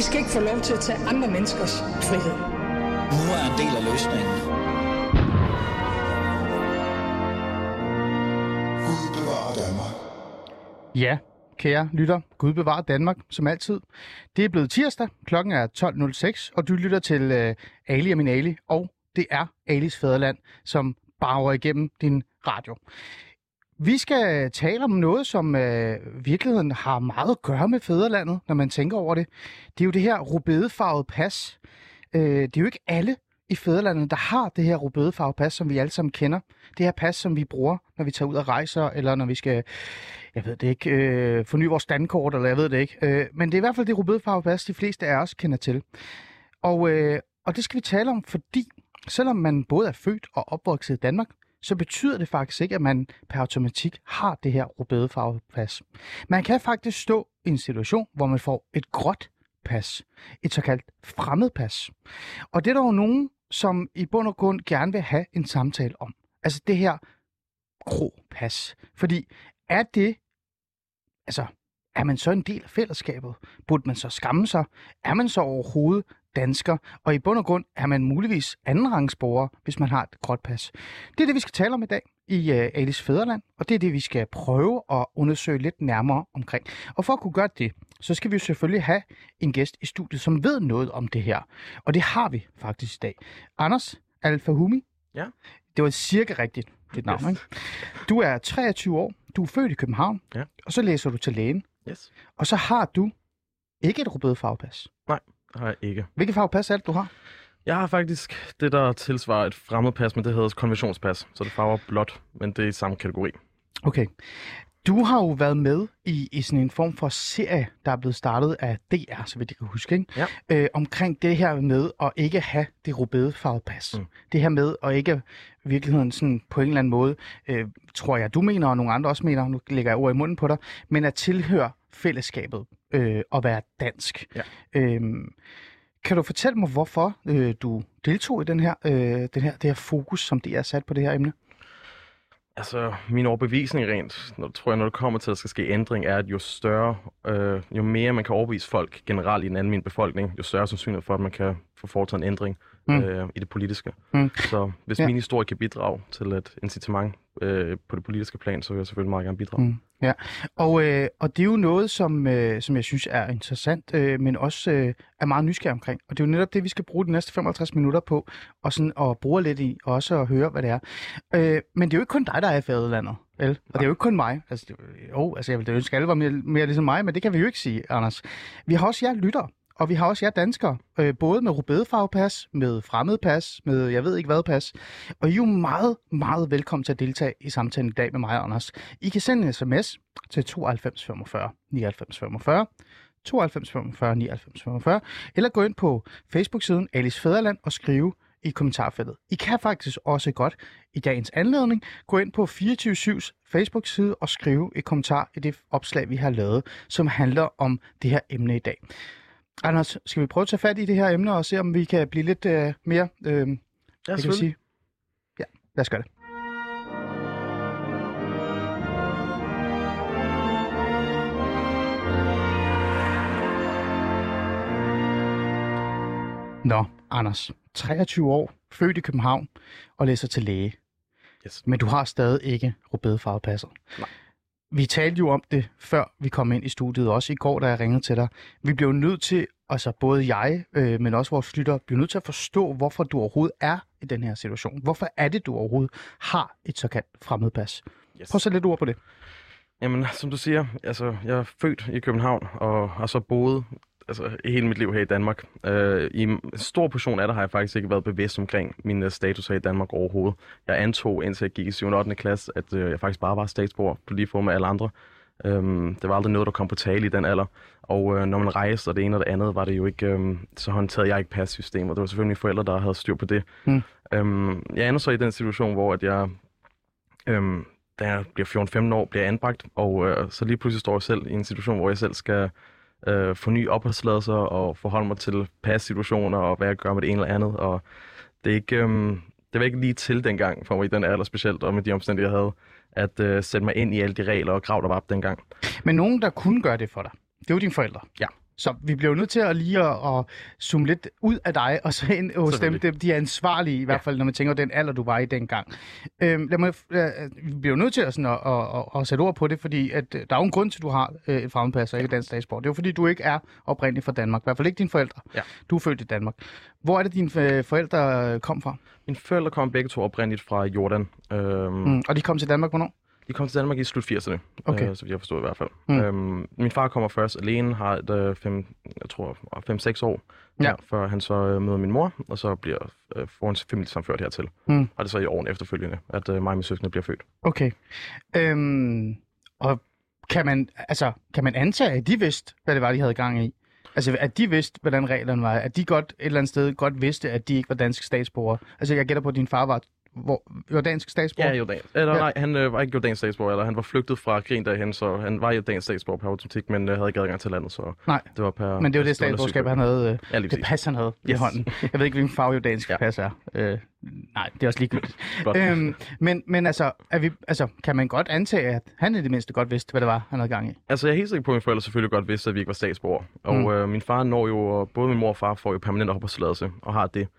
I skal ikke få lov til at tage andre menneskers frihed. Nu er en del af løsningen. Gud bevarer Danmark. Ja, kære lytter, Gud bevarer Danmark, som altid. Det er blevet tirsdag, klokken er 12.06, og du lytter til Ali og min Ali, og det er Alis Fædreland, som bager igennem din radio. Vi skal tale om noget, som virkeligheden har meget at gøre med fædrelandet, når man tænker over det. Det er jo det her rødbedefarvede pas. Det er jo ikke alle i fædrelandet, der har det her rødbedefarvede pas, som vi alle sammen kender. Det her pas, som vi bruger, når vi tager ud og rejser, eller når vi skal, jeg ved det ikke, forny vores standkort, eller jeg ved det ikke. Men det er i hvert fald det rødbedefarvede pas, de fleste af os kender til. Og det skal vi tale om, fordi selvom man både er født og opvokset i Danmark, så betyder det faktisk ikke, at man per automatik har det her rødbedefarvede pas. Man kan faktisk stå i en situation, hvor man får et gråt pas. Et såkaldt fremmedpas. Og det er der jo nogen, som i bund og grund gerne vil have en samtale om. Altså det her grå pas. Fordi er man så en del af fællesskabet? Burde man så skamme sig? Er man så overhovedet dansker? Og i bund og grund er man muligvis andenrangsborger, hvis man har et gråt pas. Det er det, vi skal tale om i dag i Alis Fædreland, og det er det, vi skal prøve at undersøge lidt nærmere omkring. Og for at kunne gøre det, så skal vi jo selvfølgelig have en gæst i studiet, som ved noget om det her. Og det har vi faktisk i dag. Anders Al-Fahumi. Ja. Det var cirka rigtigt, dit navn, ikke? Du er 23 år, du er født i København, ja. Og så læser du til lægen. Yes. Og så har du ikke et rødbedefarvepas. Nej, det har jeg ikke. Hvilket farvepas er det, du har? Jeg har faktisk det, der tilsvarer et fremmedpas, men det hedder konventionspas, så det farver blåt, men det er i samme kategori. Okay. Du har jo været med i sådan en form for serie, der er blevet startet af DR, så vidt jeg kan huske, ikke? Ja. Omkring det her med at ikke have det rødbedefarvede pas. Det her med at ikke virkeligheden sådan på en eller anden måde, tror jeg, du mener, og nogle andre også mener, nu lægger jeg ord i munden på dig, men at tilhøre fællesskabet og være dansk. Ja. Kan du fortælle mig, hvorfor du deltog i det her fokus, som det er sat på det her emne? Altså, min overbevisning rent, tror jeg, når det kommer til, at der skal ske ændring, er, at jo mere man kan overbevise folk generelt i den almindelige befolkning, jo større sandsynlighed for, at man kan få foretaget en ændring i det politiske. Så hvis min historie kan bidrage til et incitament på det politiske plan, så vil jeg selvfølgelig meget gerne bidrage. Ja, og det er jo noget, som jeg synes er interessant, men også er meget nysgerrig omkring. Og det er jo netop det, vi skal bruge de næste 55 minutter på, og sådan at bruge lidt i, og også at høre, hvad det er. Men det er jo ikke kun dig, der er i fædrelandet, vel? Og det er jo ikke kun mig. Altså, jeg ville da ønske, alle var mere ligesom mig, men det kan vi jo ikke sige, Anders. Vi har også jer lyttere. Og vi har også jer danskere, både med rødbedefarvepas, med fremmedpas, med jeg ved ikke hvad pas. Og I er jo meget, meget velkommen til at deltage i samtalen i dag med mig og Anders. I kan sende en sms til 92 45 99 45, 92 45 99 45, eller gå ind på Facebook-siden Alis Fædreland og skrive i kommentarfeltet. I kan faktisk også godt i dagens anledning gå ind på 24/7's Facebook-side og skrive et kommentar i det opslag, vi har lavet, som handler om det her emne i dag. Anders, skal vi prøve at tage fat i det her emne og se, om vi kan blive lidt mere... Ja, sige? Ja, lad os gøre det. Nå, Anders, 23 år, født i København og læser til læge. Yes. Men du har stadig ikke rødbedefarvet passet. Nej. Vi talte jo om det, før vi kom ind i studiet, også i går, da jeg ringede til dig. Vi blev nødt til, altså både jeg, men også vores lyttere, blev nødt til at forstå, hvorfor du overhovedet er i den her situation. Hvorfor er det, du overhovedet har et såkaldt fremmedpas? Yes. Prøv at sætte lidt ord på det. Jamen, som du siger, altså, jeg er født i København, og har så boet hele mit liv her i Danmark. I en stor portion af det har jeg faktisk ikke været bevidst omkring min status her i Danmark overhovedet. Jeg antog, indtil jeg gik i 7. og 8. klasse, at jeg faktisk bare var statsborger på lige fod med alle andre. Det var aldrig noget, der kom på tale i den alder. Og når man rejste, og det ene og det andet, var det jo ikke, så håndterede jeg ikke passystemet. Det var selvfølgelig mine forældre, der havde styr på det. Jeg ender så i den situation, hvor at jeg, da jeg bliver 14-15 år, bliver anbragt, og så lige pludselig står jeg selv i en situation, hvor jeg selv skal forny opholdstilladelser og forholde mig til passituationer og hvad jeg gør med det ene eller andet. Og det er ikke, det var ikke lige til dengang for mig i den alder specielt, og med de omstændigheder, jeg havde, at sætte mig ind i alle de regler og krav, der var op dengang. Men nogen, der kunne gøre det for dig, det var dine forældre. Ja. Så vi bliver jo nødt til at at zoome lidt ud af dig, og så ind hos dem, de er ansvarlige, i hvert fald, når man tænker den alder, du var i dengang. Vi bliver jo nødt til at sætte ord på det, fordi at, der er jo en grund til, at du har et fremmedpas og ikke dansk statsborger. Det er jo fordi, du ikke er oprindelig fra Danmark. I hvert fald ikke dine forældre. Ja. Du er født i Danmark. Hvor er det, dine forældre kom fra? Mine forældre kom begge to oprindeligt fra Jordan. Og de kom til Danmark hvornår? De kom til Danmark i slut 80'erne, så jeg forstod i hvert fald. Min far kommer først alene, har et 5-6 år, før han så møder min mor, og så får hans familie samført hertil. Og det er så i årene efterfølgende, at mig og min søskende bliver født. Okay. Og kan man antage, at de vidste, hvad det var, de havde gang i? Altså, at de vidste, hvordan reglerne var? At de et eller andet sted godt vidste, at de ikke var danske statsborgere? Altså, jeg gætter på, at din far var jordansk statsborger? Ja, jordansk. Nej, han var ikke jordansk statsborger, eller han var flygtet fra krigen derhen, så han var jordansk statsborger per automatik, men havde ikke adgang til landet, så det var per... Men det var det statsborgerskab, han havde, det pas, han havde i hånden. Jeg ved ikke, hvilken farve jordansk pas er. Nej, det er også ligegyldigt. Men altså, kan man godt antage, at han i det mindste godt vidste, hvad det var, han havde gang i? Altså, jeg er helt sikker på, at mine forældre selvfølgelig godt vidste, at vi ikke var statsborger. Og min far når jo, både min mor og far får jo permanent opholdstilladelse, og har det.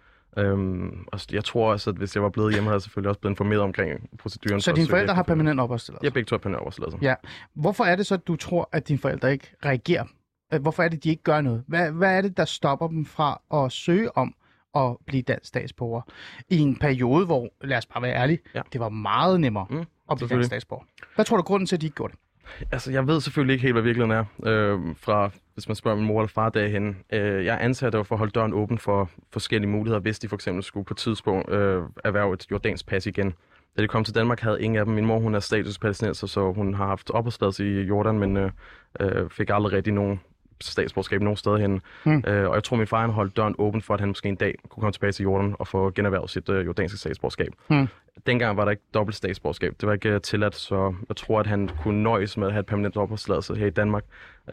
Og jeg tror også, at hvis jeg var blevet hjemme, havde jeg selvfølgelig også blevet informeret omkring proceduren. Så dine forældre har permanent opholdstilladelse? Ja, begge to har permanent opholdstilladelse. Ja. Hvorfor er det så, at du tror, at dine forældre ikke reagerer? Hvorfor er det, de ikke gør noget? Hvad er det, der stopper dem fra at søge om at blive dansk statsborger? I en periode, hvor, lad os bare være ærlige, det var meget nemmere at blive dansk statsborger. Hvad tror du grunden til, at de ikke gjorde det? Altså, jeg ved selvfølgelig ikke helt, hvad virkeligheden er, hvis man spørger min mor eller far derhen. Jeg antager, at det var for at holde døren åben for forskellige muligheder, hvis de for eksempel skulle på et tidspunkt erhverve et jordansk pas igen. Da de kom til Danmark, havde ingen af dem. Min mor, hun er statuspalæstinenser, så hun har haft opholdstilladelse i Jordan, men fik aldrig rigtig nogen statsborgerskab nogen steder henne. Og jeg tror, min far han holdt døren åben for, at han måske en dag kunne komme tilbage til Jordan og få generhvervet sit jordanske statsborgerskab. Dengang var der ikke dobbelt statsborgerskab. Det var ikke tilladt, så jeg tror, at han kunne nøjes med at have et permanent opholdstilladelse her i Danmark,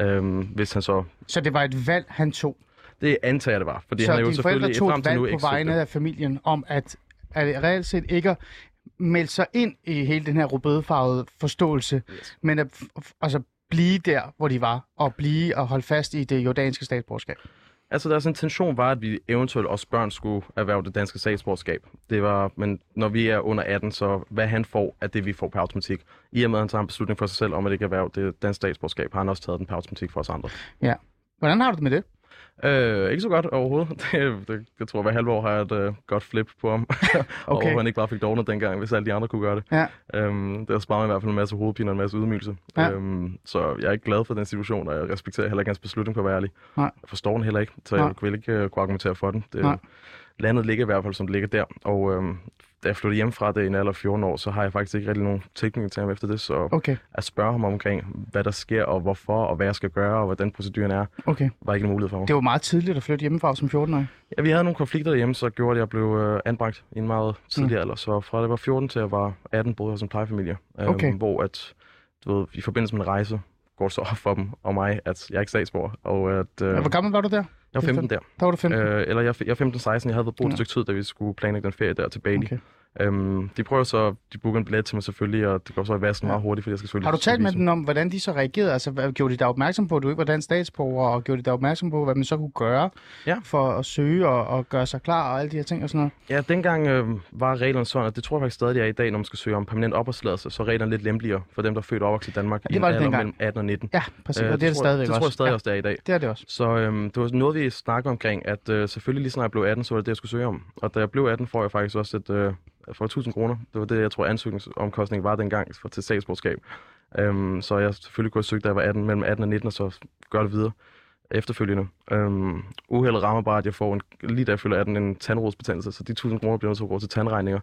hvis han så... Så det var et valg, han tog? Det antager jeg, det var. Fordi så han er jo dine forældre tog et valg på vegne af familien om, at reelt set ikke melde sig ind i hele den her rødbedefarvede forståelse, men at blive der, hvor de var, og blive og holde fast i det jordanske statsborgerskab? Altså, deres intention var, at vi eventuelt også børn skulle erhverve det danske statsborgerskab. Men når vi er under 18, så hvad han får, er det, vi får per automatik. I og med, at han tager en beslutning for sig selv om, at det kan erhverve det danske statsborgerskab, har han også taget den per automatik for os andre. Ja. Hvordan har du det med det? Ikke så godt overhovedet. Jeg tror, hver halve år har jeg et godt flip på ham. Okay. Og han ikke bare fik dårnet dengang, hvis alle de andre kunne gøre det. Ja. Det har sparet mig i hvert fald en masse hovedpine og en masse ydmygelse. Ja. Så jeg er ikke glad for den situation, og jeg respekterer heller ikke hans beslutning på at være ærlig. Nej. Jeg forstår den heller ikke, så jeg vil ikke kunne argumentere for den. Landet ligger i hvert fald, som det ligger der. Og da jeg flyttede hjemmefra det i en alder af 14 år, så har jeg faktisk ikke rigtig nogen tilknytning til ham efter det. Så at spørge ham omkring, hvad der sker, og hvorfor, og hvad jeg skal gøre, og hvordan proceduren er, var ikke en mulighed for mig. Det var meget tidligt at flytte hjemmefra som 14-årig. Ja, vi havde nogle konflikter derhjemme, så gjorde det, at jeg blev anbragt i en meget tidlig alder. Så fra det var 14 til jeg var 18, boede jeg hos en plejefamilie. Hvor at, du ved, i forbindelse med en rejse, går det så op for dem og mig, at jeg er ikke statsborger. Og at, hvor gammel var du der? Jeg var 15 der. Der var du 15? Eller jeg er 15-16. Jeg havde boet et stykke tid, da vi skulle planlægge den ferie der til Bali. Okay. De prøver så, de booker en billet til mig selvfølgelig, og det går så i vasken meget hurtigt, fordi jeg skal selvfølgelig... Har du talt med dem om, hvordan de så reagerede? Altså, gjorde de dig opmærksom på, at du ikke var dansk statsborger, og gjorde de dig opmærksom på, hvad man så kunne gøre for at søge og gøre sig klar og alle de her ting og sådan noget? Ja, dengang var reglerne sådan, og det tror jeg faktisk stadig er i dag, når man skal søge om permanent opholdstilladelse, så er reglerne lidt lempeligere for dem, der er født og opvokset i Danmark i en alder mellem 18 og 19. Ja, præcis, og det er det stadigvæk også. Det tror jeg stadig også, der er i dag. Det er det også. Så det var noget, vi snakkede omkring, at selvfølgelig lige snart jeg blev 18, så var det det, jeg skulle søge om. Og da jeg blev 18, får jeg faktisk også for 1.000 kroner. Det var det, jeg tror, ansøgningsomkostningen var dengang til statsborgerskab. Så jeg selvfølgelig kunne have søgt, da jeg var 18, mellem 18 og 19, og så gør det videre efterfølgende. Uheldet rammer bare, at jeg får lige da jeg fylder 18 en tandrodsbetændelse, så de 1.000 kroner bliver nødt til at gå til tandregninger.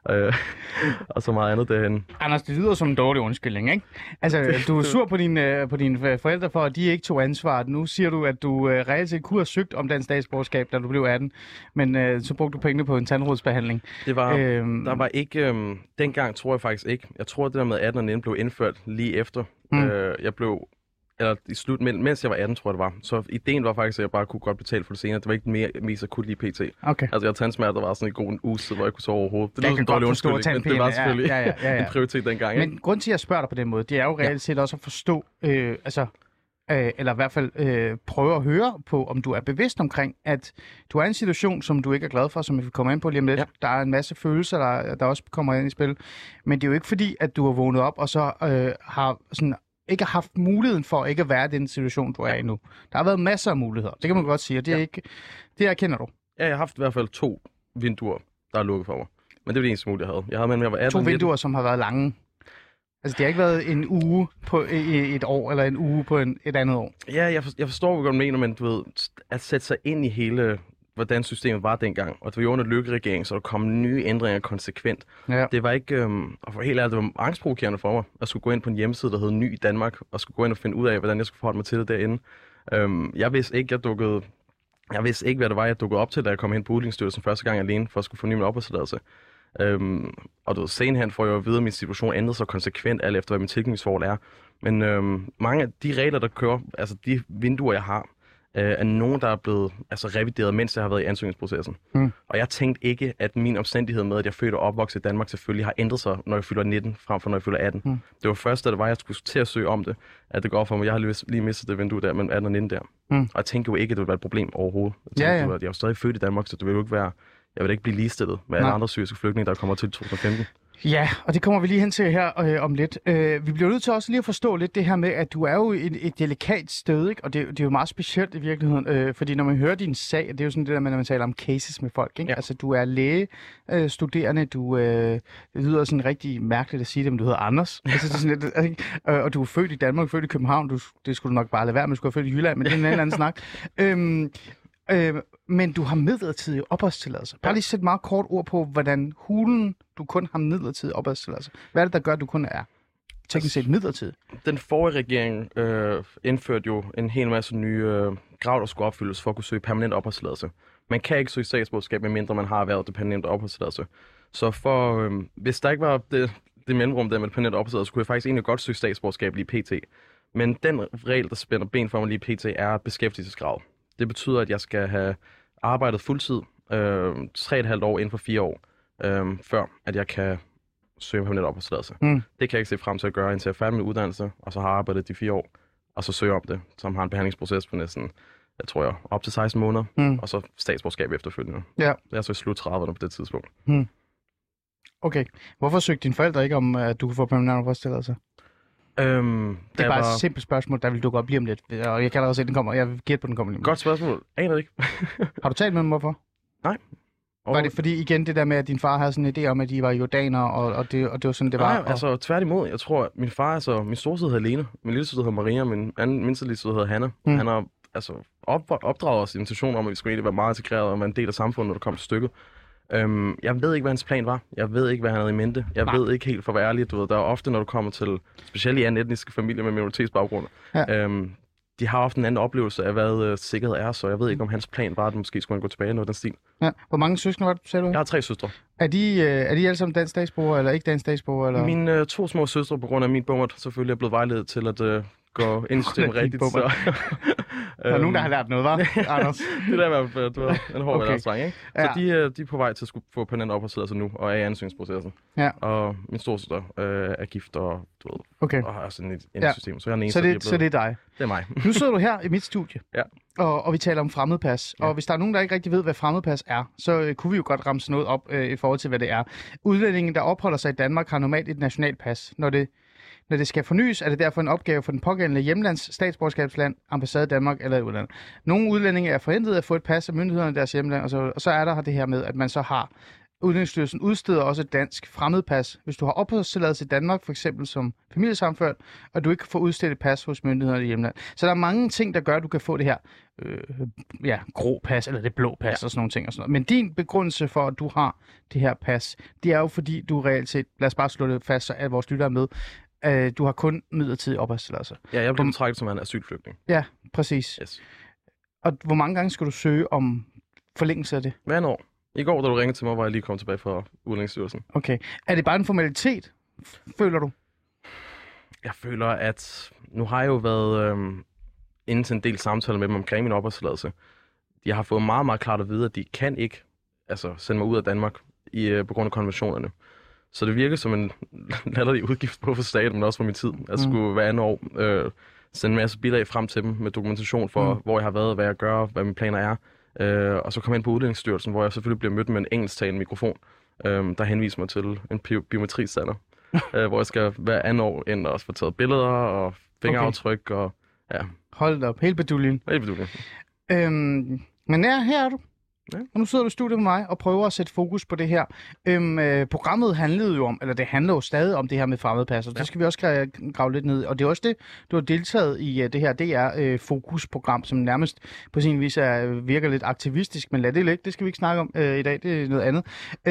Og så meget andet derhen. Anders, det lyder som en dårlig undskyldning, ikke? Altså, du er sur på dine forældre for, at de ikke tog ansvar. Nu siger du, at du reelt set kunne have søgt om dansk statsborgerskab, da du blev 18, men så brugte du pengene på en tandrodsbehandling. Det var, der var ikke... dengang tror jeg faktisk ikke. Jeg tror, det der med 18 og 19 blev indført lige efter. Jeg blev... Eller i slut, mens jeg var 18, tror jeg det var. Så ideen var faktisk, at jeg bare kunne godt betale for det senere. Det var ikke mest akut lige pt. Okay. Altså jeg havde tandsmerter, der var sådan en god uge, hvor jeg kunne sove overhovedet. Det lyder som en dårlig undskyldning, men det var selvfølgelig en prioritet dengang. Men grund til, at jeg spørger dig på den måde, det er jo reelt set også at forstå, eller i hvert fald prøve at høre på, om du er bevidst omkring, at du er i en situation, som du ikke er glad for, som vi kommer ind på lige om lidt. Ja. Der er en masse følelser, der også kommer ind i spil. Men det er jo ikke fordi, at du har vågnet op, og så har sådan ikke haft muligheden for ikke at være i den situation, du er i nu. Der har været masser af muligheder. Det kan man godt sige, og det er ikke, det erkender du. Ja, jeg har haft i hvert fald 2 vinduer, der er lukket for mig. Men det var det eneste mulighed, jeg havde. Jeg havde med, jeg var 18, 2 vinduer, som har været lange. Altså, det har ikke været en uge på et år, eller en uge på et andet år. Ja, jeg forstår, hvad du mener, men du ved, at sætte sig ind i hele, hvordan systemet var dengang, og det var jo under Løkke-regeringen, så der kom nye ændringer konsekvent. Ja. Det var ikke, og for helt ærligt, det var angstprovokerende for mig, at skulle gå ind på en hjemmeside, der hed Ny i Danmark, og skulle gå ind og finde ud af, hvordan jeg skulle forholde mig til det derinde. Jeg vidste ikke, hvad det var, jeg dukkede op til, da jeg kom hen på Udlændingestyrelsen første gang alene, for at skulle forny min opholdstilladelse. Og du ved, senere får jeg jo videre, at min situation ændrede sig konsekvent, alt efter hvad min tilknytningsforhold er. Men mange af de regler, der kører, altså de vinduer, jeg har, er nogen, der er blevet revideret, mens jeg har været i ansøgningsprocessen. Og jeg tænkte ikke, at min omstændighed med, at jeg er født og opvokset i Danmark, selvfølgelig har ændret sig, når jeg fylder 19, frem for når jeg fylder 18. Det var først, da det var, jeg skulle til at søge om det, at det går for mig. Jeg har lige mistet det vindue der mellem 18 og 19 der. Og jeg tænkte jo ikke, at det ville være et problem overhovedet. Jeg tænkte, at jeg er jo stadig født i Danmark, så det ville jo ikke være... Jeg vil ikke blive ligestillet med alle andre syriske flygtninge, der kommer til 2015. Ja, og det kommer vi lige hen til her om lidt. Vi bliver nødt til også lige at forstå lidt det her med, at du er jo et delikat sted, ikke? Og det er jo meget specielt i virkeligheden, fordi når man hører din sag, det er jo sådan det der med, når man taler om cases med folk, ikke? Ja. Altså, du er læge, studerende, det lyder sådan rigtig mærkeligt at sige det, men du hedder Anders. Altså, det er sådan lidt, og du er født i Danmark, født i København, det skulle du nok bare lade være med, du skulle have født i Jylland, men det er en anden snak. Men du har midlertidig opholdstilladelse. Bare lige sætte meget kort ord på, hvordan hulen du kun har midlertidig opholdstilladelse. Hvad er det, der gør, at du kun er teknisk set midlertidig? Den forrige regering indførte jo en hel masse nye krav, der skulle opfyldes for at kunne søge permanent opholdstilladelse. Man kan ikke søge statsborgerskab, medmindre man har erhvervet det permanente opholdstilladelse. Så hvis der ikke var det mellemrum der med det permanente opholdstilladelse, kunne jeg faktisk egentlig godt søge statsborgerskab lige pt. Men den regel, der spænder ben for mig lige pt, er beskæftigelseskrav. Det betyder, at jeg skal have arbejdet fuldtid 3,5 år inden for 4 år, før at jeg kan søge permanent opholdstilladelse. Det kan jeg ikke se frem til at gøre, indtil jeg er færdig med uddannelse, og så har jeg arbejdet de 4 år, og så søge om det, som har en behandlingsproces på næsten, jeg tror op til 16 måneder, og så statsborgerskab efterfølgende. Ja. Det er så i slut 30'erne på det tidspunkt. Okay. Hvorfor søgte dine forældre ikke om, at du kunne få permanent opholdstilladelse? Det er bare et simpelt spørgsmål, der vil dukke op lige om lidt. Og jeg kan allerede se, at den kommer. Jeg vil gætte på, den kommer lige om lidt. Godt spørgsmål. Aner ikke. Har du talt med dem, hvorfor? Nej. Var det fordi, igen, det der med, at din far havde sådan en idé om, at de var jordanere, og det var sådan, det var? Nej, altså tværtimod. Jeg tror, at min far, altså min storsøster hedder Helene, min lille søster hedder Maria, min mindste lille søster hedder Hanna. Han har opdraget os intention om, at vi skulle egentlig være meget integreret og være en del af samfundet, når det kom til stykket. Jeg ved ikke, hvad hans plan var. Jeg ved ikke, hvad han havde i mente. Jeg ved ikke helt for at være ærlig. Du ved, der er ofte, når du kommer til, specielt i anden etniske familier med minoritetsbaggrund, de har ofte en anden oplevelse af, hvad sikkerhed er, så jeg ved ikke, om hans plan var, at måske skulle han gå tilbage noget den stil. Ja. Hvor mange søskende var det, sagde du? Jeg har 3 søstre. Er de alle sammen dansk statsborger, eller ikke dansk statsborger? Eller? Mine 2 små søstre, på grund af min bommert, selvfølgelig er blevet vejledet til at gå ind i systemet rigtigt. Så. Der er nogen, der har lært noget, hva', Anders? Det der i hvert fald, du ved, en hård hverdagsdreng, ikke? Ja. Så de er på vej til at skulle få permanent opholdstilladelse nu, og er i ansøgningsprocessen. Ja. Og min storsøster er gift og, du ved, og har sådan et system, så jeg er den eneste, så det er dig? Det er mig. Nu sidder du her i mit studie, og vi taler om fremmedpas. Ja. Og hvis der er nogen, der ikke rigtig ved, hvad fremmedpas er, så kunne vi jo godt ramse noget op i forhold til, hvad det er. Udlændingen, der opholder sig i Danmark, har normalt et nationalpas. Når det skal fornyes, er det derfor en opgave for den pågældende hjemlands statsborgerskabsland, ambassade i Danmark eller i udlandet. Nogle udlændinge er forhindret at få et pas af myndighederne i deres hjemland, og så er der det her med, at man så har Udlændingsstyrelsen udsteder også et dansk fremmedpas. Hvis du har opholdstilladelse i Danmark, for eksempel som familiesammenført, og du ikke kan få udstedt et pas hos myndighederne i hjemland. Så der er mange ting, der gør, at du kan få det her grå pas, eller det blå pas og sådan nogle ting. Og sådan noget. Men din begrundelse for, at du har det her pas, det er jo fordi, du reelt set, lad os bare slå det fast, så at vores lyttere er med, du har kun midlertidig opholdstilladelse. Ja, jeg bliver betragtet som en asylflygtning. Ja, præcis. Yes. Og hvor mange gange skal du søge om forlængelse af det? Hver år. I går, da du ringede til mig, var jeg lige kommet tilbage fra Udlændingsstyrelsen. Okay. Er det bare en formalitet, føler du? Jeg føler, at nu har jeg jo været inde til en del samtaler med dem omkring min opholdstilladelse. Jeg har fået meget, meget klart at vide, at de kan ikke sende mig ud af Danmark på grund af konventionerne. Så det virker som en latterlig udgift både for staten, men også for min tid. At skulle hver andet år sende en masse bilag frem til dem med dokumentation for, hvor jeg har været, hvad jeg gør, hvad mine planer er. Og så komme ind på Udlændingsstyrelsen, hvor jeg selvfølgelig bliver mødt med en engelsktalende mikrofon, der henviser mig til en biometristander, hvor jeg skal hver andet år ind og også få taget billeder og fingeraftryk og ja. Hold da op, helt beduljen. Helt beduljen. Men her er du. Ja. Og nu sidder du i studiet med mig og prøver at sætte fokus på det her. Programmet handlede jo om, eller det handler jo stadig om det her med fremmedpas, og det skal vi også grave lidt ned. Og det er også det, du har deltaget i det her DR-fokusprogram, som nærmest på sin vis virker lidt aktivistisk, men lad det ligge, det skal vi ikke snakke om i dag, det er noget andet.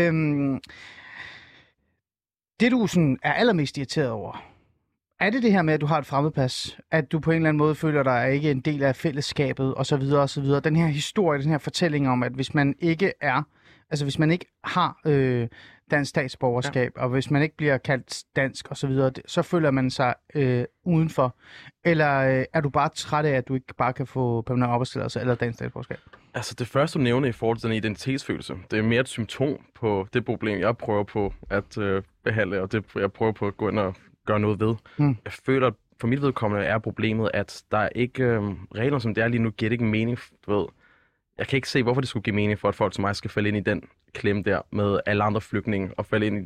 Det du sådan er allermest irriteret over, er det her med, at du har et fremmedpas, at du på en eller anden måde føler dig ikke en del af fællesskabet osv. osv. Den her historie, den her fortælling om, at hvis man ikke hvis man ikke har dansk statsborgerskab, og hvis man ikke bliver kaldt dansk osv., så føler man sig udenfor. Eller er du bare træt af, at du ikke bare kan få permanent opholdstilladelse eller dansk statsborgerskab? Altså det første, du nævner i forhold til den identitetsfølelse, det er mere et symptom på det problem, jeg prøver på at behandle, og det jeg prøver på at gå ind og gøre noget ved. Jeg føler, at for mit vedkommende er problemet, at der er ikke regler, som det er lige nu, giver det ikke mening. Du ved, jeg kan ikke se, hvorfor det skulle give mening for, at folk som mig skal falde ind i den klemme der med alle andre flygtninge og falde ind i,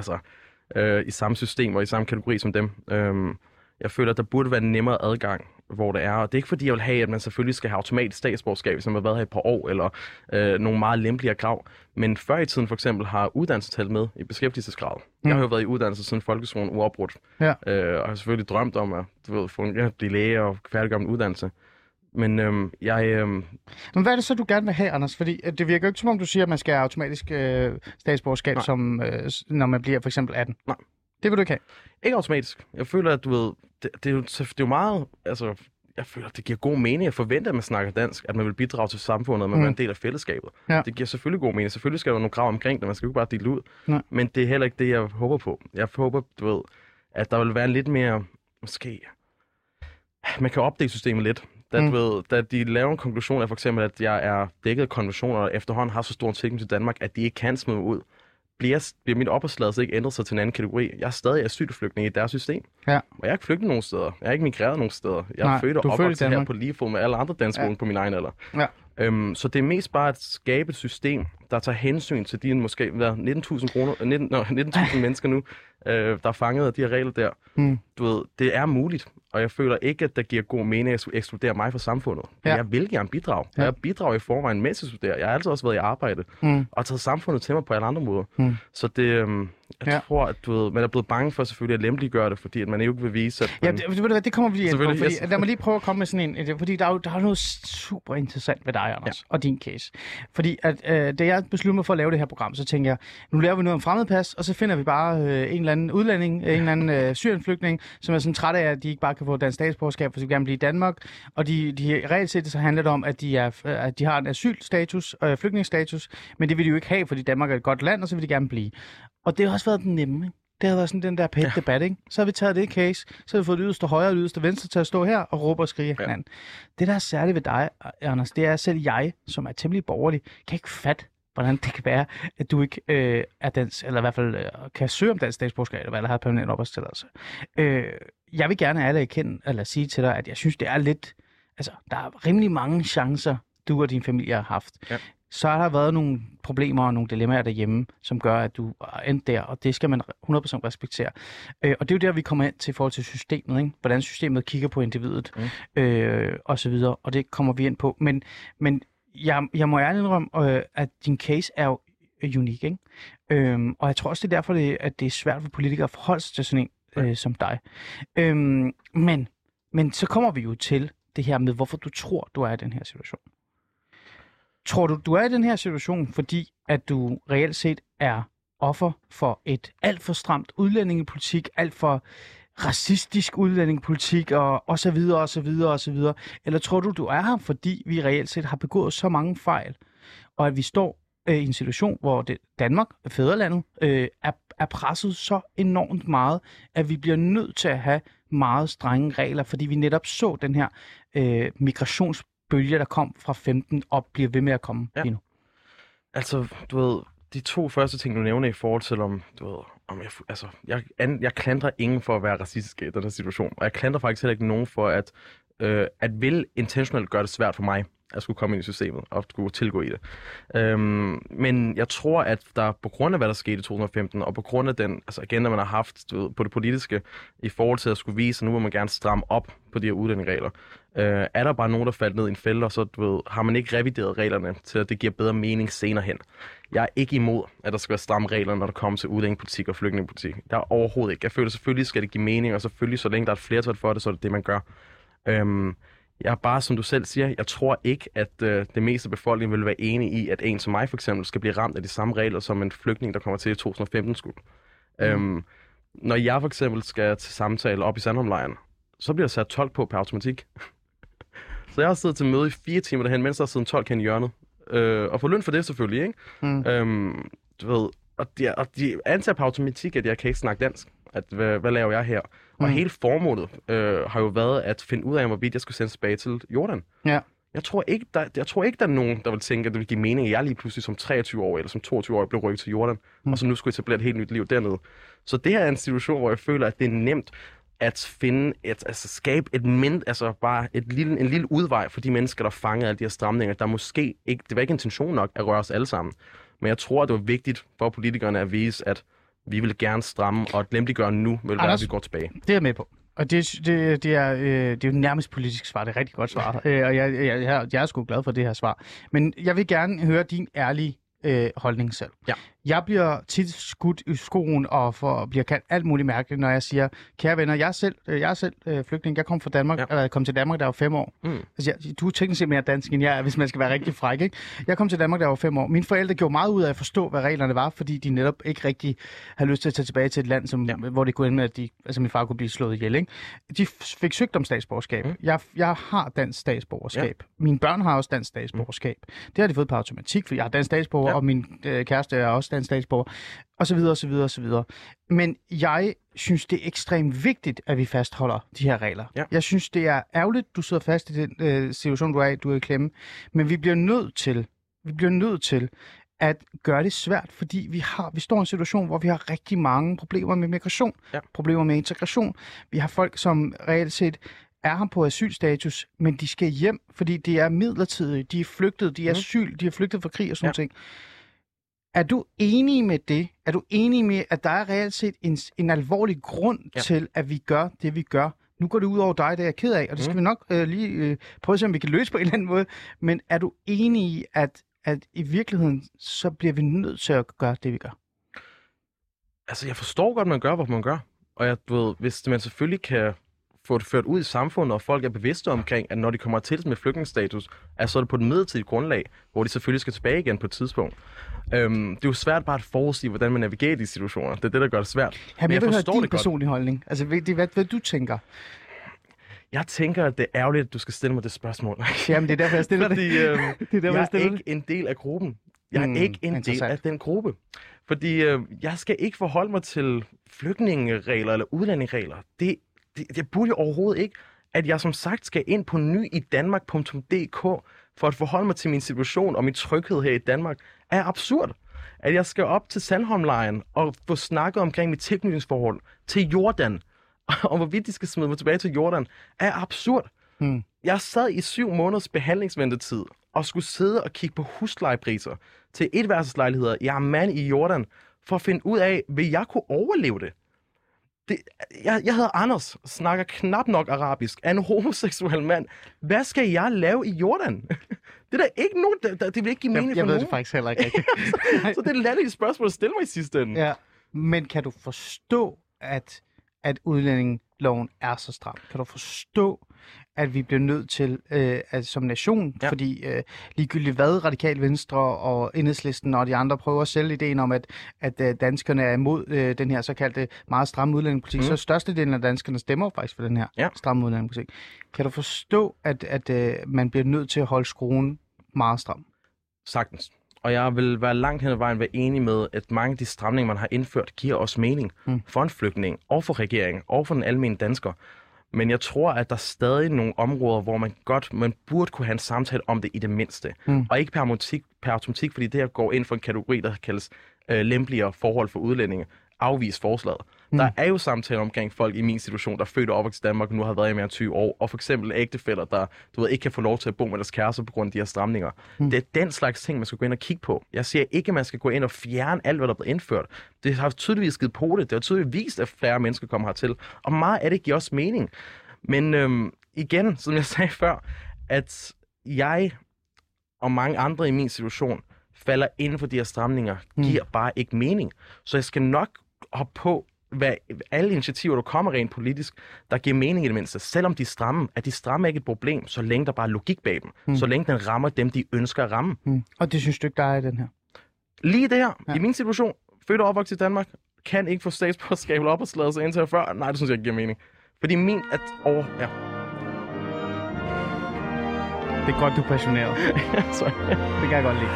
i samme system og i samme kategori som dem. Jeg føler, at der burde være nemmere adgang, hvor det er. Og det er ikke fordi, jeg vil have, at man selvfølgelig skal have automatisk statsborgerskab, hvis man har været her et par år, eller nogle meget lempeligere krav. Men før i tiden for eksempel har uddannelse talt med i beskæftigelsesgrad. Jeg har jo været i uddannelse siden folkeskolen uafbrudt. Ja. Og har selvfølgelig drømt om at blive læge og færdiggøre min uddannelse. Men Men hvad er det så, du gerne vil have, Anders? Fordi det virker jo ikke, som om du siger, at man skal have automatisk statsborgerskab, som, når man bliver for eksempel 18. Nej. Det vil du ikke have? Ikke automatisk. Jeg føler, at det er jo meget... Altså, jeg føler, at det giver god mening at forvente, at man snakker dansk, at man vil bidrage til samfundet, at man er en del af fællesskabet. Ja. Det giver selvfølgelig god mening. Selvfølgelig skal der være nogle krav omkring det, man skal jo ikke bare dele ud. Nej. Men det er heller ikke det, jeg håber på. Jeg håber, at der vil være lidt mere... Måske... Man kan opdele systemet lidt. Da de laver en konklusion af for eksempel, at jeg er dækket af konventioner, og efterhånden har så stor en tilknytning til Danmark, at de ikke kan smide mig ud, bliver mit opholdstilladelse ikke ændret sig til en anden kategori. Jeg er stadig asylflygtning i deres system. Ja. Og jeg er ikke flygtet nogen steder. Jeg er ikke migreret nogen steder. Jeg er født og opvokset her på lige fod med alle andre danskere på min egen alder. Ja. Så det er mest bare at skabe et system, der tager hensyn til de måske 19.000 mennesker nu, der er fanget af de her regler der. Du ved, det er muligt. Og jeg føler ikke, at der giver god mening at ekskludere mig fra samfundet. Ja. Jeg vil gerne bidrage. Ja. Jeg bidrager i forvejen, mens jeg studerer. Jeg har altid også været i arbejde. Og taget samfundet til mig på alle andre måder. Så det... Jeg tror, at man er blevet bange for selvfølgelig at lempeligegøre det, fordi at man ikke vil vise, at... Man... Ja, det kommer vi lige ind på, fordi lad mig lige prøve at komme med sådan en... Fordi der er noget super interessant ved dig, Anders, og din case. Fordi at, da jeg besluttede mig for at lave det her program, så tænkte jeg, nu laver vi noget om fremmedpas, og så finder vi bare en eller anden udlænding, en eller anden syrienflygtning, som er sådan træt af, at de ikke bare kan få dansk statsborgerskab, for de gerne blive i Danmark. Og de reelt set så handler det om, at de har en asylstatus, flygtningsstatus, men det vil de jo ikke have, fordi Danmark er et godt land, og så vil de gerne blive. Og det har også været den nemme, ikke? Det har været sådan den der pæt debat, ikke? Så har vi taget det case, så har vi fået det yderste højre og det yderste venstre til at stå her og råbe og skrige af hinanden. Det, der er særligt ved dig, Anders, det er selv jeg, som er temmelig borgerlig, kan ikke fatte, hvordan det kan være, at du ikke er dansk, eller i hvert fald kan søge om dansk statsborgerskab, eller har permanent opholdstilladelse. Jeg vil gerne alle erkende, eller sige til dig, at jeg synes, det er lidt... Altså, der er rimelig mange chancer, du og din familie har haft. Ja. Så har der været nogle problemer og nogle dilemmaer derhjemme, som gør, at du er endt der, og det skal man 100% respektere. Og det er jo der, vi kommer ind til i forhold til systemet, ikke? Hvordan systemet kigger på individet, og så videre, og det kommer vi ind på. Men jeg må ærligt indrømme, at din case er jo unik, ikke? Og jeg tror også, det er derfor, at det er svært for politikere at forholde sig til sådan en som dig. Men så kommer vi jo til det her med, hvorfor du tror, du er i den her situation. Tror du er i den her situation, fordi at du reelt set er offer for et alt for stramt udlændingepolitik, alt for racistisk udlændingepolitik og så videre og så videre og så videre? Eller tror du er her, fordi vi reelt set har begået så mange fejl, og at vi står i en situation, hvor Danmark, fædrelandet, er presset så enormt meget, at vi bliver nødt til at have meget strenge regler, fordi vi netop så den her migrationsbølge, der kom fra 15 og bliver ved med at komme lige nu. Altså, du ved, de to første ting, du nævner i forhold til, om Jeg klandrer ingen for at være racistisk i den her situation, og jeg klandrer faktisk heller ikke nogen for at vil intentionelt gøre det svært for mig at skulle komme ind i systemet og skulle tilgå i det. Men jeg tror, at der på grund af, hvad der skete i 2015, og på grund af den agenda, man har haft på det politiske, i forhold til at skulle vise, at nu vil man gerne stramme op på de her udlændingeregler, er der bare nogen, der faldt ned i en fælde, og så har man ikke revideret reglerne til, at det giver bedre mening senere hen. Jeg er ikke imod, at der skal være stramme regler, når der kommer til udlændingepolitik og flygtningepolitik. Der er overhovedet ikke. Jeg føler, selvfølgelig skal det give mening, og selvfølgelig, så længe der er et flertal for det, så er det det, man gør. Jeg er bare, som du selv siger, jeg tror ikke, at det meste af befolkningen vil være enige i, at en som mig for eksempel skal blive ramt af de samme regler, som en flygtning, der kommer til i 2015 skulle. Når jeg for eksempel skal til samtale op i Sandholmlejren, så bliver der sat tolk på automatik. Så jeg har siddet til møde i 4 timer derhen, mens der har siddet en tolk hen i hjørnet. Og få løn for det selvfølgelig, ikke? Du ved, og de antager på automatik, at jeg kan ikke snakke dansk. At hvad laver jeg her? Og hele formålet har jo været at finde ud af, hvorvidt jeg skulle sendes tilbage til Jordan. Ja. Jeg tror ikke, der er nogen, der vil tænke, at det vil give mening, at jeg lige pludselig som 23-årig eller som 22-årig blev rykket til Jordan, og så nu skulle etablere et helt nyt liv dernede. Så det her er en situation, hvor jeg føler, at det er nemt at finde skabe en lille udvej for de mennesker, der fanger alle de her stramninger, der måske ikke, det var ikke intention nok at røre os alle sammen. Men jeg tror, at det var vigtigt for politikerne at vise, at vi vil gerne stramme, og at lemliggøre nu vil være, at vi går tilbage. Det er jeg med på. Og det er jo nærmest politisk svar. Det er et rigtig godt svar. Og jeg er sgu glad for det her svar. Men jeg vil gerne høre din ærlige holdning selv. Ja. Jeg bliver tit skudt i skoen og bliver kaldt alt muligt mærkeligt, når jeg siger, kære venner, jeg er selv flygtning. Jeg kom fra Danmark, kom til Danmark, da jeg var 5 år. Altså, du er teknisk set mere dansk, end jeg er, hvis man skal være rigtig fræk, ikke? Jeg kom til Danmark, da jeg var 5 år. Mine forældre gjorde meget ud af at forstå, hvad reglerne var, fordi de netop ikke rigtig havde lyst til at tage tilbage til et land, hvor det kunne ende med, at min far kunne blive slået ihjel, ikke? De fik søgt om statsborgerskab. Jeg har dansk statsborgerskab. Mine børn har også dansk statsborgerskab. Det har de fået på automatik, fordi jeg har dansk statsborger, og min kæreste er også dansk statsborger, og så videre, og så videre, og så videre. Men jeg synes, det er ekstremt vigtigt, at vi fastholder de her regler. Ja. Jeg synes, det er ærgerligt, du sidder fast i den situation, du er i klemme, men vi bliver nødt til at gøre det svært, fordi vi står i en situation, hvor vi har rigtig mange problemer med migration, problemer med integration. Vi har folk, som reelt set er her på asylstatus, men de skal hjem, fordi det er midlertidigt, de er flygtet, de er asyl, de er flygtet fra krig og sådan ting. Er du enig med det? Er du enig med, at der er reelt set en alvorlig grund til, at vi gør det, vi gør? Nu går det ud over dig, det er jeg ked af, og det skal vi nok lige prøve at se, om vi kan løse på en eller anden måde. Men er du enig i, at i virkeligheden, så bliver vi nødt til at gøre det, vi gør? Altså, jeg forstår godt, man gør, hvad man gør. Og hvis man selvfølgelig kan få det ført ud i samfundet, og folk er bevidste omkring, at når de kommer til med flygtningsstatus, så er det på et midlertidigt grundlag, hvor de selvfølgelig skal tilbage igen på et tidspunkt. Det er jo svært bare at forudsige, hvordan man navigerer i de situationer. Det er det, der gør det svært. Jeg vil høre din personlige holdning. Altså, hvad du tænker? Jeg tænker, at det er ærgerligt, at du skal stille mig det spørgsmål. Jamen, det er derfor, jeg stiller fordi, det. Jeg er ikke en del af gruppen. Jeg er ikke en del af den gruppe. Fordi jeg skal ikke forholde mig til flygtningeregler eller udlændingeregler. Det burde jo overhovedet ikke, at jeg som sagt skal ind på nyidanmark.dk for at forholde mig til min situation og min tryghed her i Danmark, er absurd. At jeg skal op til Sandholmlejren og få snakket omkring mit tilknytningsforhold til Jordan, og hvorvidt de skal smide mig tilbage til Jordan, er absurd. Jeg sad i 7 måneders behandlingsventetid og skulle sidde og kigge på huslejepriser til etværelseslejligheder i Amman i Jordan, for at finde ud af, vil jeg kunne overleve det? Jeg hedder Anders, snakker knap nok arabisk, er en homoseksuel mand. Hvad skal jeg lave i Jordan? Det er der ikke nogen, det vil ikke give mening for nogen. Jeg ved det faktisk heller ikke rigtigt. Så det er et latterligt spørgsmål at stille mig i sidste ende. Ja. Men kan du forstå, at udlændingeloven er så stram? Kan du forstå, at vi bliver nødt til, som nation, fordi ligegyldigt hvad Radikal Venstre og Enhedslisten og de andre prøver at sælge ideen om, at danskerne er imod den her såkaldte meget stramme udlændingepolitik, så størstedelen af danskerne stemmer faktisk for den her stramme udlændingepolitik. Kan du forstå, at man bliver nødt til at holde skruen meget stram? Sagtens. Og jeg vil være langt hen ad vejen være enig med, at mange af de stramninger, man har indført, giver os mening for en flygtning, og for regeringen, og for den almindelige dansker. Men jeg tror, at der er stadig nogle områder, hvor man burde kunne have en samtale om det i det mindste. Og ikke per automatik, fordi det her går ind for en kategori, der kaldes lempeligere forhold for udlændinge. afvise forslaget. Der er jo samtaler omkring folk i min situation, der er født og opvokset i Danmark, og nu har været i mere end 20 år, og for eksempel ægtefæller, der ikke kan få lov til at bo med deres kærester på grund af de her stramninger. Det er den slags ting, man skal gå ind og kigge på. Jeg siger ikke, at man skal gå ind og fjerne alt, hvad der er blevet indført. Det har tydeligvis givet på det. Det har tydeligvis vist, at flere mennesker kommer hertil. Og meget af det giver også mening. Men igen, som jeg sagde før, at jeg og mange andre i min situation falder inden for de her stramninger, giver bare ikke mening. Så jeg skal nok hoppe på, hvad alle initiativer, der kommer rent politisk, der giver mening i det mindste, selvom de stramme ikke et problem, så længe der bare er logik bag dem. Så længe den rammer dem, de ønsker at ramme. Og det synes du ikke, der er i den her? Lige det her, i min situation, født og opvokset i Danmark, kan ikke få statsborgerskab eller opholdstilladelse indtil før. Nej, det synes jeg ikke giver mening. Fordi ja. Det er godt, du er passioneret. Sorry. Det kan jeg godt lide.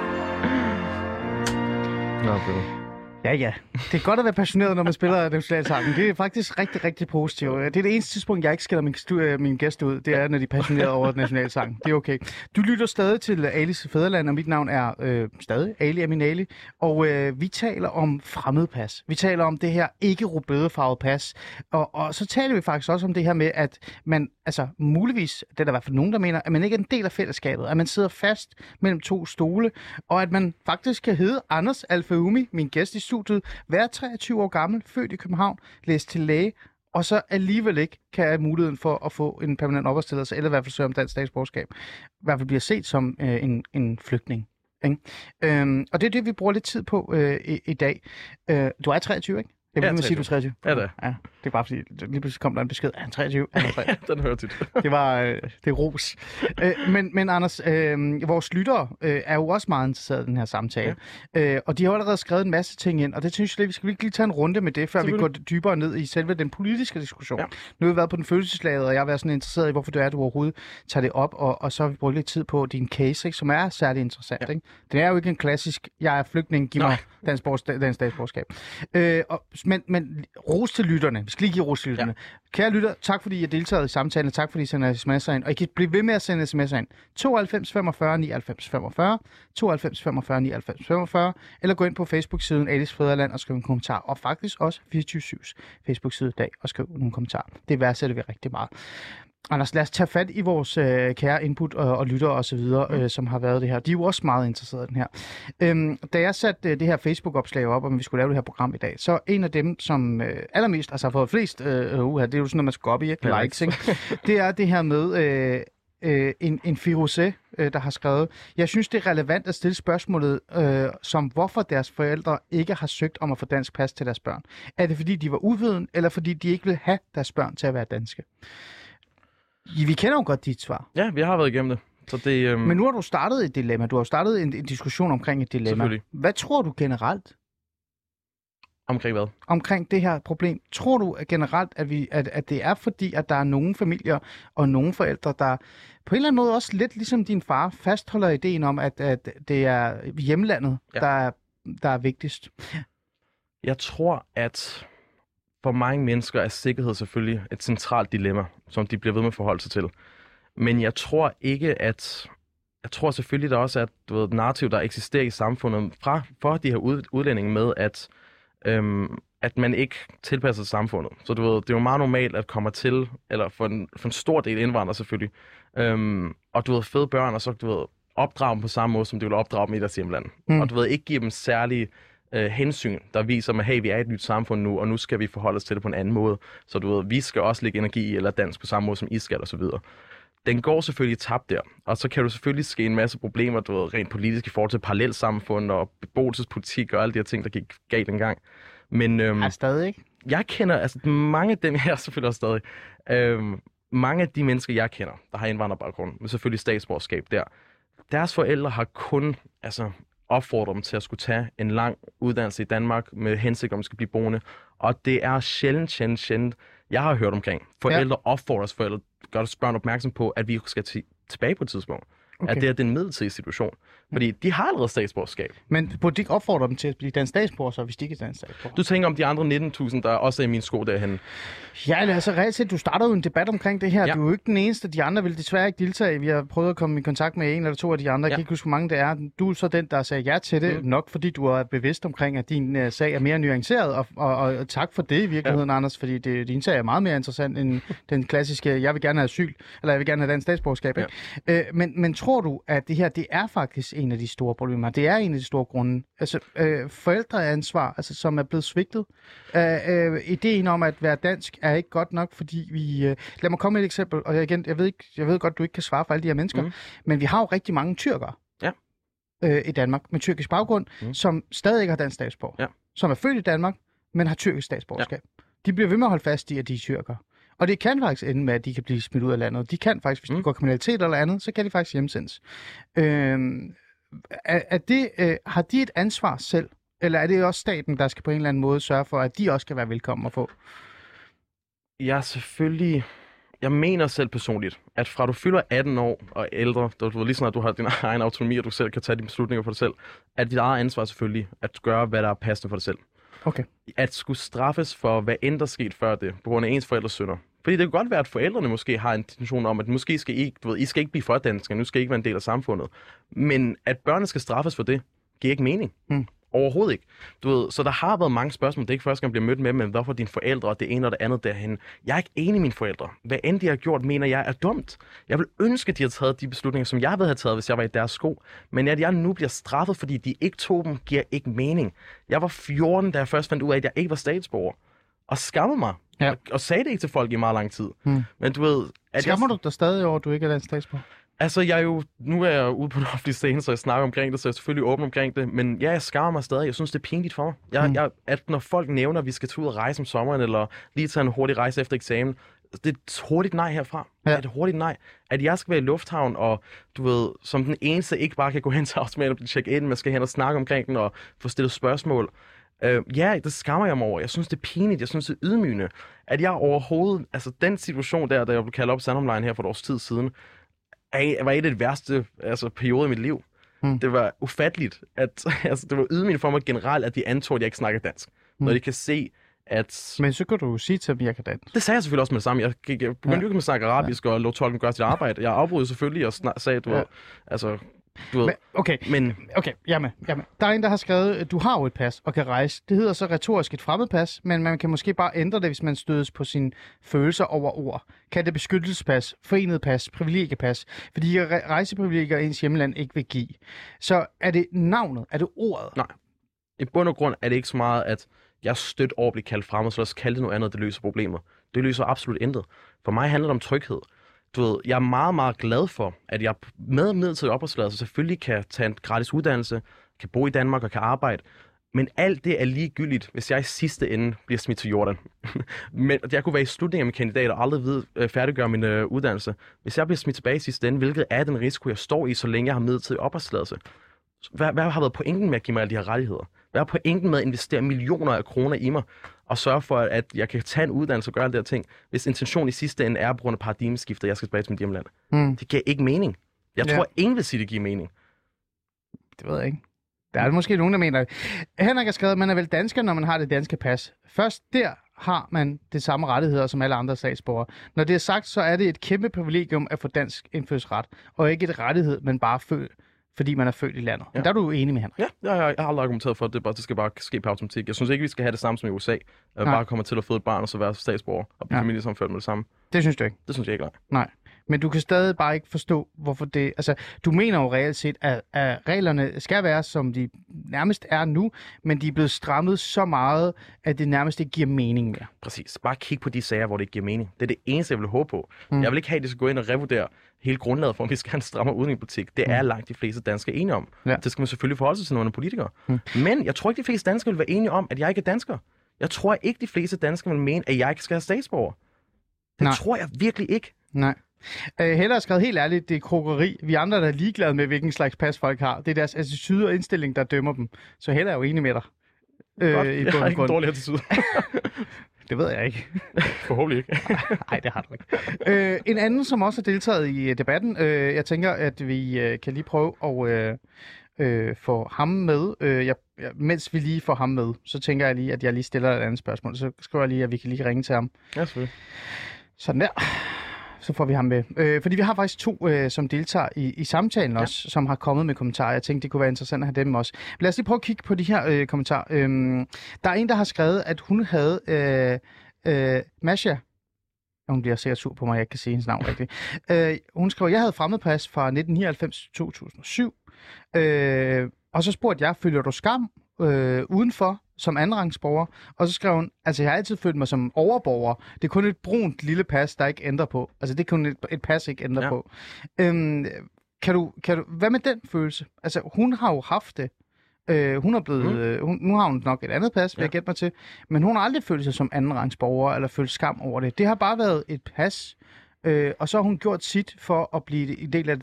Nå, bro. Ja. Det er godt at være passioneret, når man spiller nationalsangen. Det er faktisk rigtig, rigtig positivt. Det er det eneste tidspunkt, jeg ikke skiller min gæst ud. Det er, når de er passionerede over nationalsangen. Det er okay. Du lytter stadig til Alis Fædreland, og mit navn er stadig Ali Amin Ali. Og vi taler om fremmedpas. Vi taler om det her ikke rødbedefarvede pas. Og så taler vi faktisk også om det her med, at man, altså muligvis, det er der i hvert fald nogen, der mener, at man ikke er en del af fællesskabet. At man sidder fast mellem to stole. Og at man faktisk kan hedde Anders Alfaumi, min gæst i studiet, være 23 år gammel, født i København, læst til læge, og så alligevel ikke kan have muligheden for at få en permanent opholdstilladelse, eller i hvert fald søge om dansk statsborgerskab. I hvert fald bliver set som en flygtning. Ikke? Og det er det, vi bruger lidt tid på i dag. Du er 23, ikke? Det vil man sige, du er 23. Ja, det er. Ja, det er bare fordi, lige pludselig kom der en besked. Er han 23? Er han 23? Den hører tit. Det er ros. Men Anders, vores lyttere er jo også meget interesserede i den her samtale. Ja. Og de har allerede skrevet en masse ting ind, og det synes jeg, vi skal lige tage en runde med det, før vi går dybere ned i selve den politiske diskussion. Ja. Nu har vi været på den følelseslaget, og jeg har været sådan interesseret i, hvorfor du overhovedet tager det op, og så har vi brugt lidt tid på din case, ikke, som er særlig interessant. Ja. Ikke? Den er jo ikke en klassisk, jeg er flygtning, giv mig dansk statsborgerskab. Men ros til lytterne. Vi skal lige give ros til lytterne. Ja. Kære lytter, tak fordi I har deltaget i samtalen. Tak fordi I sender sms'er ind. Og I kan blive ved med at sende sms'er ind. 92 45 99 45, 92 45 99 45, eller gå ind på Facebook-siden Alis Fædreland og skriv en kommentar. Og faktisk også 24/7's Facebook-side i dag og skriv nogle kommentarer. Det værdsætter vi rigtig meget. Anders, lad os tage fat i vores kære input og lyttere og så videre, som har været det her. De er jo også meget interesserede i den her. Da jeg satte det her Facebook-opslag op, om vi skulle lave det her program i dag, så en af dem, som allermest har fået flest, det er jo sådan, når man skal op i likes, ikke? Det er det her med en Firose, der har skrevet, jeg synes, det er relevant at stille spørgsmålet, som hvorfor deres forældre ikke har søgt om at få dansk pas til deres børn. Er det fordi, de var uviden, eller fordi de ikke vil have deres børn til at være danske? Vi kender jo godt dit svar. Ja, vi har været igennem det. Så det Men nu har du startet et dilemma. Du har startet en diskussion omkring et dilemma. Hvad tror du generelt? Omkring hvad? Omkring det her problem. Tror du generelt, at det er fordi, at der er nogle familier og nogle forældre, der på en eller anden måde også lidt ligesom din far fastholder ideen om, at det er hjemlandet, der er vigtigst? Jeg tror, at for mange mennesker er sikkerhed selvfølgelig et centralt dilemma, som de bliver ved med at forholde sig til. Men jeg tror ikke, jeg tror selvfølgelig, der også er et narrativ, der eksisterer i samfundet for de her udlændinge med, at man ikke tilpasser samfundet. Så det er jo meget normalt at komme til, eller for en stor del indvandrere selvfølgelig, og fede børn, og så opdrage dem på samme måde, som de vil opdrage dem i deres hjemland. Og ikke give dem særlige hensyn, der viser mig, hey, vi er et nyt samfund nu, og nu skal vi forholde os til det på en anden måde. Så vi skal også lægge energi i, eller dansk på samme måde, som I skal, og så videre. Den går selvfølgelig tabt der, og så kan du selvfølgelig ske en masse problemer, rent politisk i forhold til parallelsamfund og beboelsespolitik og alle de her ting, der gik galt engang. Men er stadig ikke? Jeg kender, mange af dem her selvfølgelig også stadig. Mange af de mennesker, jeg kender, der har indvandrerbaggrund, med selvfølgelig statsborgerskab der, deres forældre har kun, opfordrer dem til at skulle tage en lang uddannelse i Danmark med hensigt om at skal blive boende. Og det er sjældent, jeg har hørt omkring. Forældre opfordrer forældre, gør deres børn opmærksom på, at vi skal tilbage på et tidspunkt. at det er en midlertidig situation. Fordi de har allerede statsborgerskab. Men burde de ikke opfordre dem til at blive dansk statsborger, så hvis de ikke er dansk statsborger? Du tænker om de andre 19.000, der også er i min sko derhen. Ja, altså reelt set, du starter jo en debat omkring det her. Ja. Du er jo ikke den eneste. De andre vil desværre ikke deltage. Vi har prøvet at komme i kontakt med en eller to af de andre. Jeg kan ikke huske, hvor mange det er. Du er så den, der sagde ja til det, nok fordi du er bevidst omkring, at din sag er mere nuanceret. Og tak for det i virkeligheden, Anders, fordi din sag er meget mere interessant end den klassiske, jeg vil gerne have asyl, eller jeg vil gerne have dansk statsborgerskab. Ikke? Men tror du, at det her, det er faktisk en af de store problemer? Det er en af de store grunde. Altså forældreansvar, altså, som er blevet svigtet. Ideen om at være dansk er ikke godt nok, fordi vi... lad mig komme med et eksempel, og jeg ved godt, du ikke kan svare for alle de her mennesker, men vi har jo rigtig mange tyrkere i Danmark med tyrkisk baggrund, som stadig ikke har dansk statsborger, som er født i Danmark, men har tyrkisk statsborgerskab. De bliver ved med at holde fast i, at de er tyrkere. Og det kan faktisk ende med, at de kan blive smidt ud af landet. De kan faktisk, hvis de går kriminalitet eller andet, så kan de faktisk hjemsendes. Har de et ansvar selv, eller er det også staten, der skal på en eller anden måde sørge for, at de også kan være velkommen at få? Ja, selvfølgelig. Jeg mener selv personligt, at fra du fylder 18 år og ældre, du ved, lige snart du har din egen autonomi, og du selv kan tage dine beslutninger for dig selv, at dit eget ansvar selvfølgelig at gøre, hvad der er passende for dig selv. Okay. At skulle straffes for, hvad end der skete før det, på grund af ens forældres synder. Fordi det kan godt være, at forældrene måske har en intention om, at måske skal I skal ikke blive for danskere, nu skal I ikke være en del af samfundet. Men at børnene skal straffes for det, giver ikke mening. Overhovedet ikke. Du ved, så der har været mange spørgsmål. Det er ikke første gang, jeg bliver mødt med, men hvorfor dine forældre og det ene og det andet derhen. Jeg er ikke enig med mine forældre. Hvad end de har gjort, mener jeg er dumt. Jeg vil ønske, at de har taget de beslutninger, som jeg ville have taget, hvis jeg var i deres sko. Men at jeg nu bliver straffet, fordi de ikke tog dem, giver ikke mening. Jeg var 14, da jeg først fandt ud af, at jeg ikke var statsborger. Og skammede mig. Ja. Og sagde det ikke til folk i meget lang tid. Men du ved... Skammer du dig stadig over, at du ikke er dansk statsborger? Altså, nu er jeg ude på den offentlige scene, så jeg snakker omkring det, så jeg er selvfølgelig åben omkring det. Men ja, jeg skammer mig stadig. Jeg synes, det er pinligt for mig. At når folk nævner, at vi skal tage ud og rejse om sommeren, eller lige tage en hurtig rejse efter eksamen, det er et hurtigt nej herfra. Ja. Det er et hurtigt nej. At jeg skal være i lufthavn, og du ved, som den eneste ikke bare kan gå hen til automaten og blive tjekket ind, men skal hen og snakke omkring den og få stillet spørgsmål. Ja, det skammer jeg mig over. Jeg synes, det er pinligt. Jeg synes, det er ydmygende. At jeg overhovedet... Altså, den situation der, da jeg blev kaldt op Sandomline her for et års tid siden, var et af de værste perioder i mit liv. Det var ufatteligt. Det var ydmygende for mig generelt, at de antog, at jeg ikke snakker dansk. Når de kan se, at... Men så kan du sige til dem, at jeg kan dansk. Det sagde jeg selvfølgelig også med det samme. Jeg begyndte jo ikke med at snakke arabisk og lå tolken gøre sit arbejde. Jeg afbrød selvfølgelig og sagde, du ved... Okay, jeg er med. Der er en, der har skrevet, at du har jo et pas og kan rejse. Det hedder så retorisk et fremmedpas, men man kan måske bare ændre det, hvis man stødes på sine følelser over ord. Kan det beskyttelsespas, forenet pas, privilegiepas, fordi rejseprivilegier ens hjemland ikke vil give. Så er det navnet? Er det ordet? Nej. I bund og grund er det ikke så meget, at jeg er stødt over at blive kaldt fremmed, så lad os kalde det noget andet, det løser problemer. Det løser absolut intet. For mig handler det om tryghed. Du ved, jeg er meget, meget glad for, at jeg med midlertidig opholdstilladelse selvfølgelig kan tage en gratis uddannelse, kan bo i Danmark og kan arbejde. Men alt det er ligegyldigt, hvis jeg i sidste ende bliver smidt til Jordan. Men jeg kunne være i slutningen af min kandidat og aldrig færdiggøre min uddannelse. Hvis jeg bliver smidt tilbage i sidste ende, hvilket er den risiko, jeg står i, så længe jeg har midlertidig opholdstilladelse? Hvad har været pointen med at give mig alle de her rettigheder? Hvad er pointen med at investere millioner af kroner i mig og sørge for, at jeg kan tage en uddannelse og gøre alle de her ting, hvis intentionen i sidste ende er på grund af paradigmeskiftet, jeg skal tilbage til mit hjemland? Det giver ikke mening. Jeg tror, ingen vil sige, det giver mening. Det ved jeg ikke. Der er måske nogen, der mener det. Henrik har skrevet, at man er vel dansker, når man har det danske pas. Først der har man de samme rettigheder som alle andre statsborgere. Når det er sagt, så er det et kæmpe privilegium at få dansk indfødsret, og ikke et rettighed, man bare født, fordi man er født i landet. Men der er du enig med Henrik? Ja, jeg har aldrig argumenteret for, at det skal bare ske på automatik. Jeg synes ikke, vi skal have det samme som i USA. At bare komme til at få et barn og så være statsborger og blive familiesammenført med det samme. Det synes du ikke? Det synes jeg ikke, nej. Men du kan stadig bare ikke forstå, hvorfor det... Altså, du mener jo reelt set, at reglerne skal være, som de nærmest er nu, men de er blevet strammet så meget, at det nærmest ikke giver mening mere. Præcis. Bare kig på de sager, hvor det ikke giver mening. Det er det eneste, jeg vil håbe på. Jeg vil ikke have, at de skal gå ind og revurdere hele grundlaget for, om vi skal have en strammere udlændingepolitik. Det er langt de fleste danskere enige om. Ja. Det skal man selvfølgelig forholde sig til nogle politikere. Men jeg tror ikke, de fleste danskere vil være enige om, at jeg ikke er dansker. Jeg tror ikke, de fleste danskere vil mene, at jeg ikke skal have statsborger. Det tror jeg virkelig ikke. Nej. Helle har skrevet helt ærligt, det er krokeri. Vi andre der er ligeglade med, hvilken slags pas folk har. Det er deres attitude og indstilling, der dømmer dem. Så Helle er jo enig med dig. Jeg har ikke en dårlig attitude. Det ved jeg ikke. Forhåbentlig ikke. Nej, det har du ikke. En anden, som også har deltaget i debatten, jeg tænker, at vi kan lige prøve at få ham med. Mens vi lige får ham med, så tænker jeg lige, at jeg lige stiller et andet spørgsmål. Så skriver jeg lige, at vi kan lige ringe til ham. Ja, selvfølgelig. Sådan der. Så får vi ham med. Fordi vi har faktisk to, som deltager i samtalen også, som har kommet med kommentarer. Jeg tænkte, det kunne være interessant at have dem også. Men lad os lige prøve at kigge på de her kommentarer. Der er en, der har skrevet, at hun havde Masha. Hun bliver sikkert sur på mig, jeg ikke kan sige hendes navn rigtigt. Hun skrev, jeg havde fremmedpas fra 1999 til 2007. Og så spurgte jeg, følger du skam udenfor som andenrangsborger? Og så skrev hun, altså jeg har altid følt mig som overborger. Det er kun et brunt lille pas, der ikke ændrer på. Altså det er kun et pas, ikke ændrer på. Kan du, hvad med den følelse? Altså hun har jo haft det. Hun er blevet, nu har hun nok et andet pas, vil jeg gætte mig til. Men hun har aldrig følt sig som andenrangsborger eller følt skam over det. Det har bare været et pas. Og så har hun gjort sit for at blive en del af det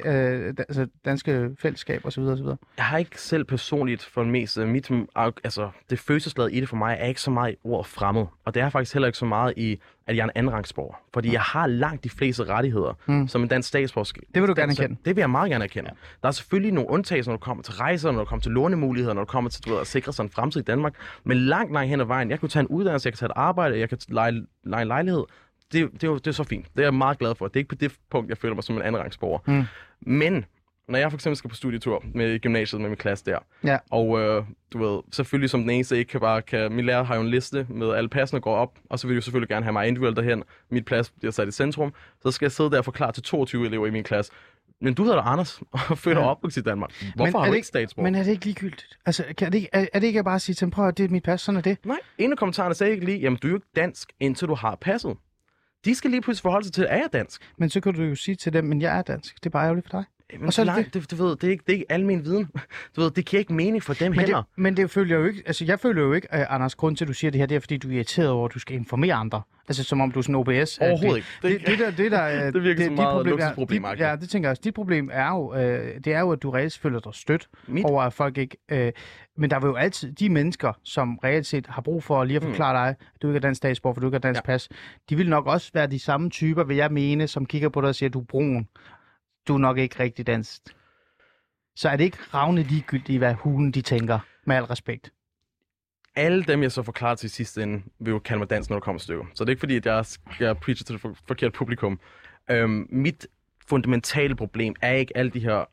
danske fællesskab osv. Jeg har ikke selv personligt for det meste, det følelsesladet i det for mig er ikke så meget i ordet fremmed. Og det er faktisk heller ikke så meget i, at jeg er en andenrangsborger. Fordi jeg har langt de fleste rettigheder som en dansk statsborger. Det vil du gerne erkende? Det vil jeg meget gerne erkende. Ja. Der er selvfølgelig nogle undtagelser, når du kommer til rejser, når du kommer til lånemuligheder, når du kommer til at sikre sig en fremtid i Danmark. Men langt hen ad vejen, jeg kan tage en uddannelse, jeg kan tage et arbejde, jeg kan lege en lejlighed. Det er så fint. Det er jeg meget glad for. Det er ikke på det punkt, jeg føler mig som en andenrangsborger. Men når jeg for eksempel skal på studietur med gymnasiet med min klasse der, og du ved, selvfølgelig som den eneste ikke min lærer har jo en liste med alle passene går op, og så vil de jo selvfølgelig gerne have mig individuelt derhen. Mit plads bliver sat i centrum, så skal jeg sidde der og forklare til 22 elever i min klasse. Men du hedder da Anders, og født og opvokset i Danmark. Hvorfor har du ikke statsborger? Men er det ikke ligegyldigt? Altså, er det ikke bare at sige til dem, prøv at det er mit pas, sådan er det? Nej, en af kommentarerne sagde ikke lige, jamen du er jo ikke dansk, indtil du har passet. De skal lige pludselig forholde sig til, at jeg er dansk. Men så kan du jo sige til dem, men jeg er dansk. Det er bare ærgerligt for dig. Men og så det er ikke almen viden. Du ved, det giver ikke mening for dem heller. Men det føler jeg jo ikke. Altså, jeg føler jo ikke, Anders, grund til, at du siger det her, det er, fordi du er irriteret over, at du skal informere andre. Altså, som om du er sådan OBS. Overhovedet ikke. Det virker som meget luksusproblem. Ja, det tænker jeg også. Dit problem er jo, det er jo, at du reelt føler dig stødt over, at folk ikke... men der vil jo altid... De mennesker, som reelt set har brug for lige at forklare dig, at du ikke er dansk statsborger, for du ikke har dansk pas, de vil nok også være de samme typer, vil jeg mene, som kigger på dig og siger, at du er brun. Du er nok ikke rigtig dansk. Så er det ikke ravne ligegyldigt, hvad hulen de tænker, med al respekt? Alle dem, jeg så forklarer til sidste ende, vil jo kalde mig dansk, når du kommer stykker. Så det er ikke fordi, at jeg preacher til det forkerte publikum. Mit fundamentale problem er ikke alle de her,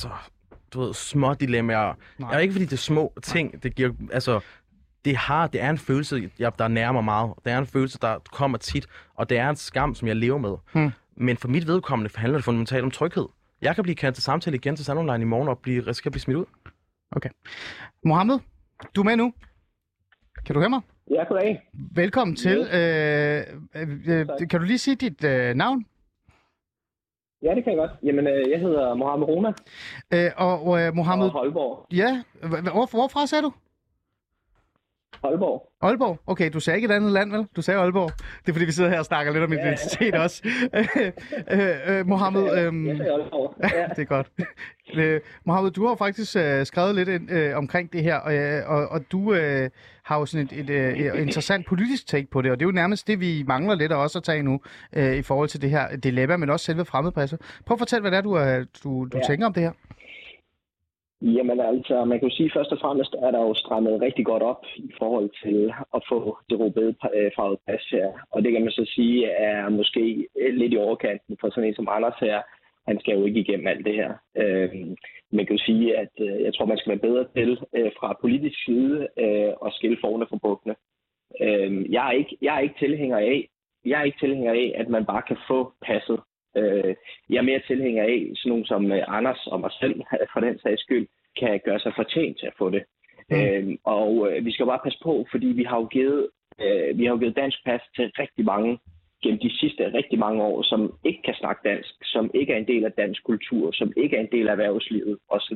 små dilemmaer. Jeg er ikke fordi det er små ting, det giver, det er en følelse, der nærmer meget. Det er en følelse, der kommer tit, og det er en skam, som jeg lever med. Men for mit vedkommende handler det fundamentalt om tryghed. Jeg kan blive kaldt til samtale igen til Sandholm i morgen og risikere at blive smidt ud. Okay. Mohammed, du er med nu. Kan du høre mig? Ja, goddag. Velkommen til. Kan du lige sige dit navn? Ja, det kan jeg godt. Jamen, jeg hedder Mohammed Rona. Og Mohammed... Og Aalborg. Ja, hvorfra sagde du? Aalborg. Aalborg? Okay, du sagde ikke et andet land, vel? Du sagde Aalborg. Det er fordi, vi sidder her og snakker lidt om identitet også. Mohammed... Jeg sagde Aalborg. Ja. Det er godt. Mohammed, du har faktisk skrevet lidt omkring det her, og du har jo sådan et interessant politisk take på det, og det er jo nærmest det, vi mangler lidt også at tage nu i forhold til det her dilemma, men også selve fremmedpasset. Prøv at fortælle, hvad det er, du tænker om det her. Jamen altså, man kan jo sige, først og fremmest er der jo strammet rigtig godt op i forhold til at få det rødbedefarvede pas her. Og det kan man så sige er måske lidt i overkanten for sådan en som Anders her. Han skal jo ikke igennem alt det her. Man kan jo sige, at jeg tror, man skal være bedre til fra politisk side at skille forne fra bukkene. Jeg er ikke tilhænger af, at man bare kan få passet. Jeg er mere tilhænger af, sådan nogen som Anders og mig selv, for den sags skyld, kan gøre sig fortjent til at få det. Og vi skal bare passe på, fordi vi har jo givet dansk pas til rigtig mange gennem de sidste rigtig mange år, som ikke kan snakke dansk, som ikke er en del af dansk kultur, som ikke er en del af erhvervslivet osv.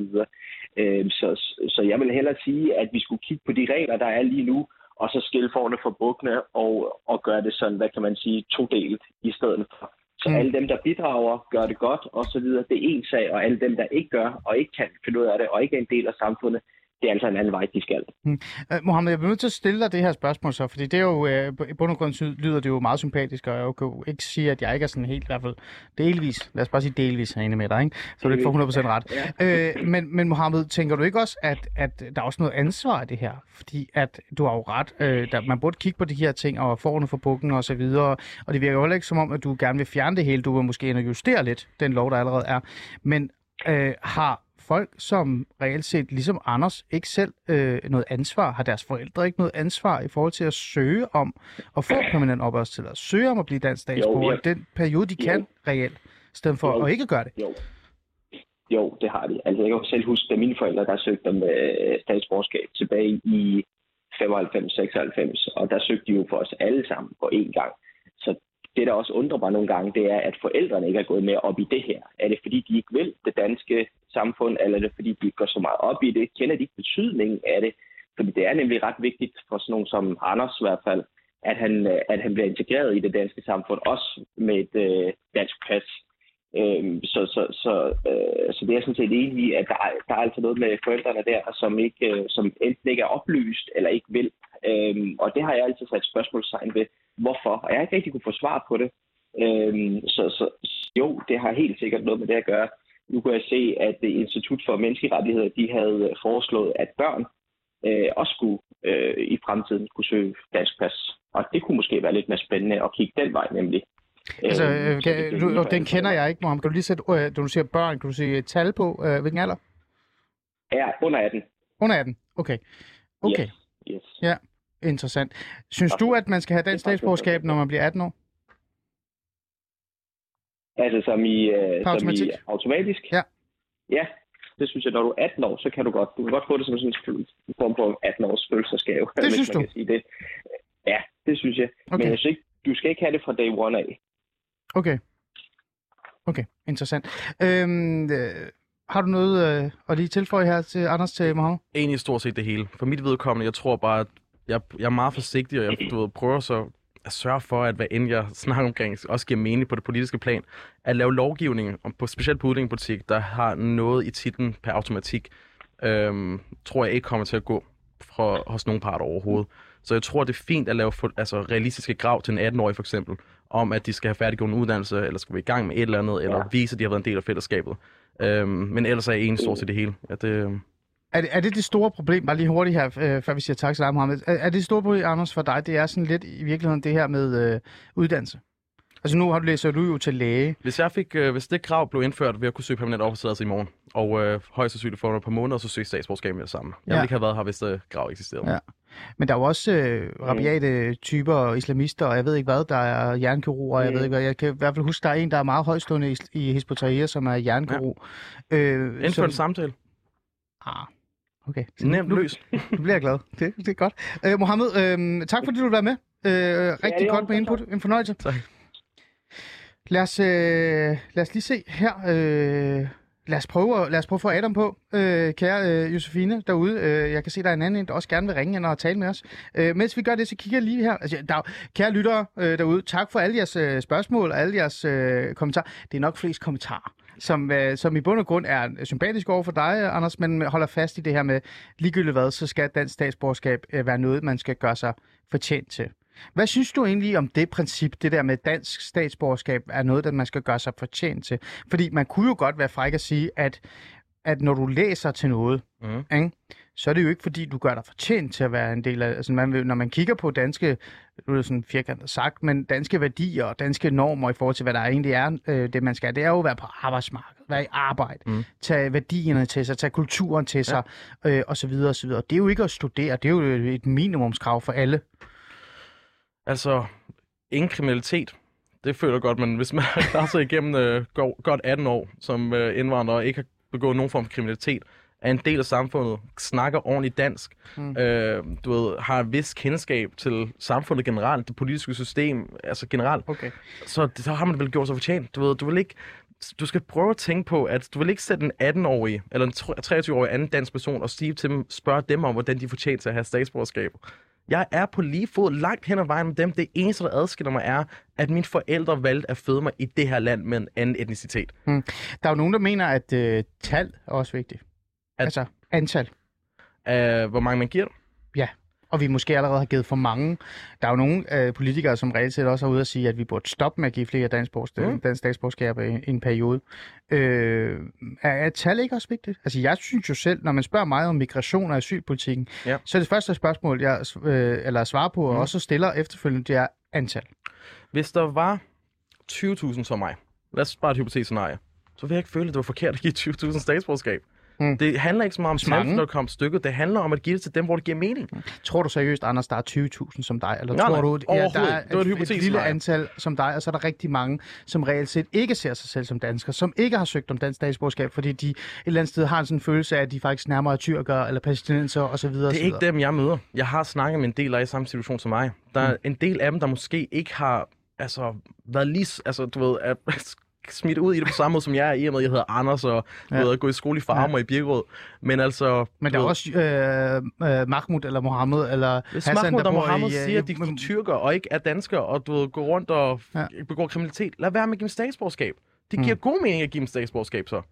Så jeg vil hellere sige, at vi skulle kigge på de regler, der er lige nu, og så skille forne fra bukkene og gøre det sådan, hvad kan man sige, todelt i stedet for. Så alle dem, der bidrager, gør det godt, og så videre. Det er en sag, og alle dem, der ikke gør, og ikke kan finde ud af det, og ikke er en del af samfundet, det er altså en anden vej, de skal. Mohammed, jeg bliver nødt til at stille dig det her spørgsmål så, fordi det er jo, i bund og grund lyder det jo meget sympatisk, og jeg kan jo ikke sige, at jeg ikke er sådan helt, i hvert fald delvis, lad os bare sige delvis herinde med dig, ikke? Så du ikke får 100% ret. Ja. Men Mohammed, tænker du ikke også, at der er også noget ansvar i det her? Fordi at du har jo ret, man burde kigge på de her ting, og forne for bukken og så videre, og det virker jo heller ikke som om, at du gerne vil fjerne det hele, du vil måske justere lidt den lov, der allerede er, men har folk, som reelt set, ligesom Anders, ikke selv noget ansvar? Har deres forældre ikke noget ansvar i forhold til at søge om at få permanent opholdstilladelse? Søge om at blive dansk statsborger i den periode, de kan reelt, i stedet for at ikke gøre det? Jo, det har de. Altså, jeg kan selv huske, at mine forældre, der søgte om statsborgerskab tilbage i 95-96, og der søgte de jo for os alle sammen på én gang. Så det, der også undrer mig nogle gange, det er, at forældrene ikke er gået mere op i det her. Er det, fordi de ikke vil det danske samfund, eller er det, fordi de ikke går så meget op i det? Kender de ikke betydningen af det? Fordi det er nemlig ret vigtigt for sådan nogen som Anders i hvert fald, at han bliver integreret i det danske samfund, også med et dansk pas. Så det er sådan set enig i, at der er altså noget med forældrene der, som enten ikke er oplyst, eller ikke vil. Og det har jeg altid sat spørgsmålstegn ved. Hvorfor? Og jeg har ikke rigtig kunne få svar på det. Så jo, det har helt sikkert noget med det at gøre. Nu kunne jeg se, at Institut for Menneskerettigheder, de havde foreslået, at børn også skulle i fremtiden kunne søge dansk pas. Og det kunne måske være lidt mere spændende at kigge den vej, nemlig. Altså, den kender jeg ikke, Mohammed. Kan du lige sætte, når du siger børn, kan du sige et tal på, hvilken alder? Ja, under 18. Under 18, okay. Yes. Ja, interessant. Synes du, at man skal have dansk statsborgerskab, når man bliver 18 år? Altså som i automatisk? Ja. Ja, det synes jeg, når du er 18 år, så kan du kan godt få det som sådan en form for 18-års følelsesgave. Det synes du? Kan sige det. Ja, det synes jeg. Okay. Men jeg synes ikke, du skal ikke have det fra day one af. Okay, interessant. Har du noget at lige tilføje her til Anders, til Mohammed? Egentlig stort set det hele. For mit vedkommende, jeg tror bare, at jeg er meget forsigtig, og jeg prøver så at sørge for, at hvad end jeg snakker omkring, også giver mening på det politiske plan, at lave lovgivning, specielt på udlændingepolitik, der har noget i titlen per automatik, tror jeg ikke kommer til at gå hos nogen part overhovedet. Så jeg tror, det er fint at lave realistiske krav til en 18-årig for eksempel, om at de skal have færdiggjort en uddannelse, eller skal være i gang med et eller andet, eller vise, at de har været en del af fællesskabet. Men ellers er jeg enig stort til det hele. Ja, Er det store problem, bare lige hurtigt her, før vi siger tak til dig, Mohammed. Er det store problem, Anders, for dig, det er sådan lidt i virkeligheden det her med uddannelse? Altså nu læser du jo til læge. Hvis det krav blev indført, ville jeg kunne søge permanent opholdstilladelse i morgen. Og højst sandsynligt for et par måneder, så søge statsborgerskab med det samme. Jeg ville ikke have været her, hvis det krav eksisterede. Ja. Men der er jo også rabiate typer, islamister, og jeg ved ikke hvad, der er jernkirurger, jeg ved ikke hvad. Jeg kan i hvert fald huske, der er en, der er meget højstående i Hizb ut-Tahrir, som er jernkirurg. Indfør en samtale. Okay. Nemt løs. Nu bliver jeg glad. Det er godt. Mohammed, tak fordi du var med. Rigtig godt med input. En fornøjelse. Tak. Lad os lige se her. Lad os prøve at få Adam på, kære Josefine derude. Jeg kan se, der er en anden, der også gerne vil ringe ind og tale med os. Mens vi gør det, så kigger jeg lige her. Altså, kære lyttere derude, tak for alle jeres spørgsmål og alle jeres kommentarer. Det er nok flest kommentarer, som i bund og grund er sympatisk over for dig, Anders, men holder fast i det her med ligegyldigt hvad, så skal dansk statsborgerskab være noget, man skal gøre sig fortjent til. Hvad synes du egentlig om det princip, det der med dansk statsborgerskab er noget, der man skal gøre sig fortjent til? Fordi man kunne jo godt være fræk at sige, at når du læser til noget, ikke, så er det jo ikke fordi, du gør dig fortjent til at være en del af... Altså, når man kigger på danske, nu er det sådan firkantet sagt, men danske værdier og danske normer i forhold til, hvad der egentlig er, det man skal, det er jo at være på arbejdsmarkedet, være i arbejde, tage værdierne til sig, tage kulturen til sig, osv. osv. Det er jo ikke at studere, det er jo et minimumskrav for alle. Altså, ingen kriminalitet, det føler jeg godt, men hvis man klarer sig igennem godt 18 år som indvandrer og ikke har begået nogen form for kriminalitet, er en del af samfundet, snakker ordentligt dansk, har et vis kendskab til samfundet generelt, det politiske system, altså generelt, så har man vel gjort sig fortjent. Du skal prøve at tænke på, at du vil ikke sætte en 18-årig eller en 23-årig anden dansk person og spørge dem om, hvordan de fortjener til at have statsborgerskab. Jeg er på lige fod langt hen ad vejen med dem. Det eneste, der adskiller mig, er, at mine forældre valgte at føde mig i det her land med en anden etnicitet. Der er jo nogen, der mener, at tal er også vigtigt. Altså antal. af, hvor mange man giver. Ja, og vi måske allerede har givet for mange. Der er jo nogle politikere, som reelt set også er ude at sige, at vi burde stoppe med at give flere dansk statsborgerskaber i en periode. Er tal ikke også vigtigt? Altså jeg synes jo selv, når man spørger mig om migration og asylpolitikken, så er det første spørgsmål, jeg svarer på, og også stiller efterfølgende, det er antal. Hvis der var 20.000 som mig, lad os bare et hypotetisk scenarie, så vil jeg ikke føle, at det var forkert at give 20.000 statsborgerskab. Det handler ikke så meget om tal, når det kommer stykket. Det handler om at give det til dem, hvor det giver mening. Tror du seriøst, Anders, der er 20.000 som dig? Eller Nej, tror du, der er et lille antal som dig, og så er der rigtig mange, som reelt set ikke ser sig selv som danskere, som ikke har søgt om dansk statsborgerskab, fordi de et eller andet sted har en sådan følelse af, at de faktisk nærmere er tyrkere eller palæstinenser osv. Det er ikke dem, jeg møder. Jeg har snakket med en del af i samme situation som mig. Der er en del af dem, der måske ikke har været lige... du ved, smidt ud i det på samme måde, som jeg er, i og med, jeg hedder Anders, og gå i skole i Farum og i Birkerød. Men altså... Men der er også Mahmoud eller Mohammed eller Hassan, Mahmoud der og bor Mohammed siger, at de er tyrkere og ikke er danskere, og du ved, går rundt og begår kriminalitet. Lad være med at give dem statsborgerskab. Det giver god mening at give dem statsborgerskab, så.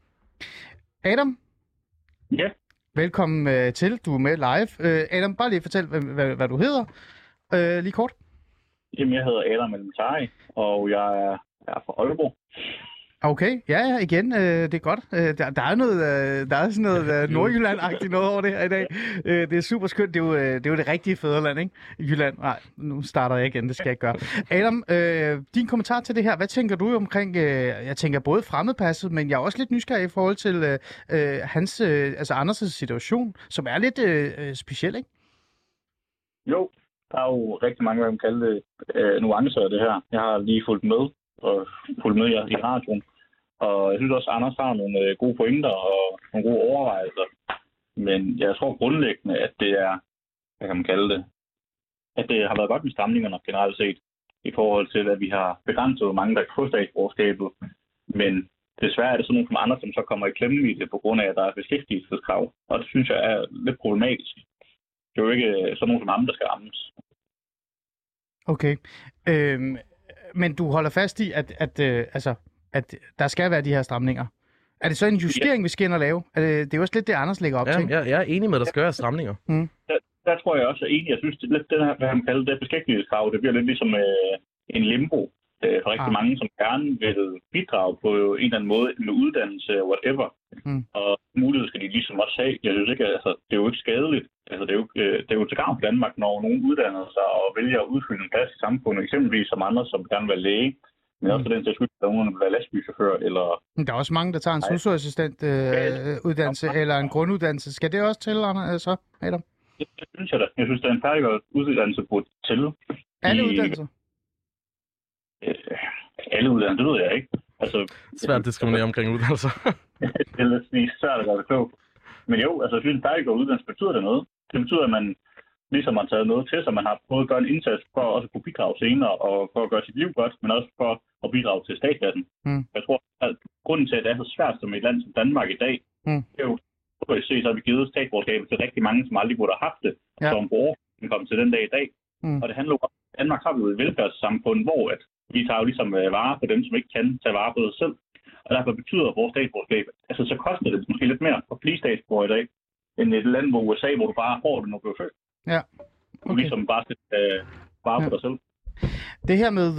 Adam? Ja? Velkommen til. Du er med live. Adam, bare lige fortæl, hvad du hedder. Lige kort. Jamen, jeg hedder Adam El-Mtari, og jeg er fra Aalborg. Okay, ja, igen, det er godt. Der er noget, der er sådan noget Nordjylland-agtigt noget over det her i dag. Det er super skønt. Det er jo det rigtige fædreland, ikke? Jylland. Nej, nu starter jeg igen, det skal jeg ikke gøre. Adam, din kommentar til det her. Hvad tænker du omkring, jeg tænker både fremmedpasset, men jeg er også lidt nysgerrig i forhold til hans, altså Anders' situation, som er lidt speciel, ikke? Jo, der er jo rigtig mange, hvad man kalder det, nuancer af det her. Jeg har lige fulgt med jer i radioen. Og jeg synes også, at Anders har nogle gode pointer og nogle gode overvejelser. Men jeg tror grundlæggende, at det er, hvad kan man kalde det, at det har været godt med stramningerne generelt set, i forhold til, at vi har begrænset, hvor mange der kan få statsborgerskabet. Men desværre er det sådan nogle som andre, som så kommer i klemme i det, på grund af, at der er beskæftigelseskrav. Og det synes jeg er lidt problematisk. Det er jo ikke sådan nogle som ham, der skal rammes. Okay. Men du holder fast i, at der skal være de her stramninger. Er det så en justering, vi skal ind og lave? Det er jo også lidt det, Anders lægger op til. Jeg er enig med, at der skal være stramninger. Der tror jeg også er enig. Jeg synes, det lidt den her, hvad han kalder det beskæftigelseskrav, det bliver lidt ligesom en limbo for rigtig mange, som gerne vil bidrage på en eller anden måde med uddannelse, whatever. Og mulighed skal de ligesom også have. Jeg synes ikke, det er jo ikke skadeligt. Det er jo til gavn for Danmark, når nogen uddanner sig og vælger at udfylde en plads i samfundet, eksempelvis som andre, som gerne vil være læge, men også for den sags skyld, at nogen vil være lastbilchauffør, eller... Der er også mange, der tager en sosu-assistent uddannelse eller en grunduddannelse. Skal det også til, så, Adam? Det synes jeg da. Jeg synes, der er en færdiggørelse uddannelse burde til. Alle uddannelser? Alle uddannelser, det ved jeg ikke. Svært at diskriminere omkring uddannelser. Det er lidt svært at gøre det klogt. Men jo, jeg synes, en færdiggørelse uddannelse betyder det noget. Det betyder, at man ligesom har taget noget til, så man har prøvet at gøre en indsats for at også kunne bidrage senere, og for at gøre sit liv godt, men også for at bidrage til statskassen. Jeg tror, at grunden til, at det er så svært som et land som Danmark i dag, det er jo, så har vi givet statsborgerskabet til rigtig mange, som aldrig burde have haft det, som borgere kom til den dag i dag. Og det handler om, at Danmark har vi jo et velfærdssamfund, hvor at vi tager jo ligesom vare på dem, som ikke kan tage vare på sig selv. Og derfor betyder vores statsborgerskab, så koster det måske lidt mere at blive statsborger i dag, end et land hvor USA, hvor du bare får det, når du bliver født. Ja. Okay. Du ligesom bare sætter vare på dig selv. Det her med,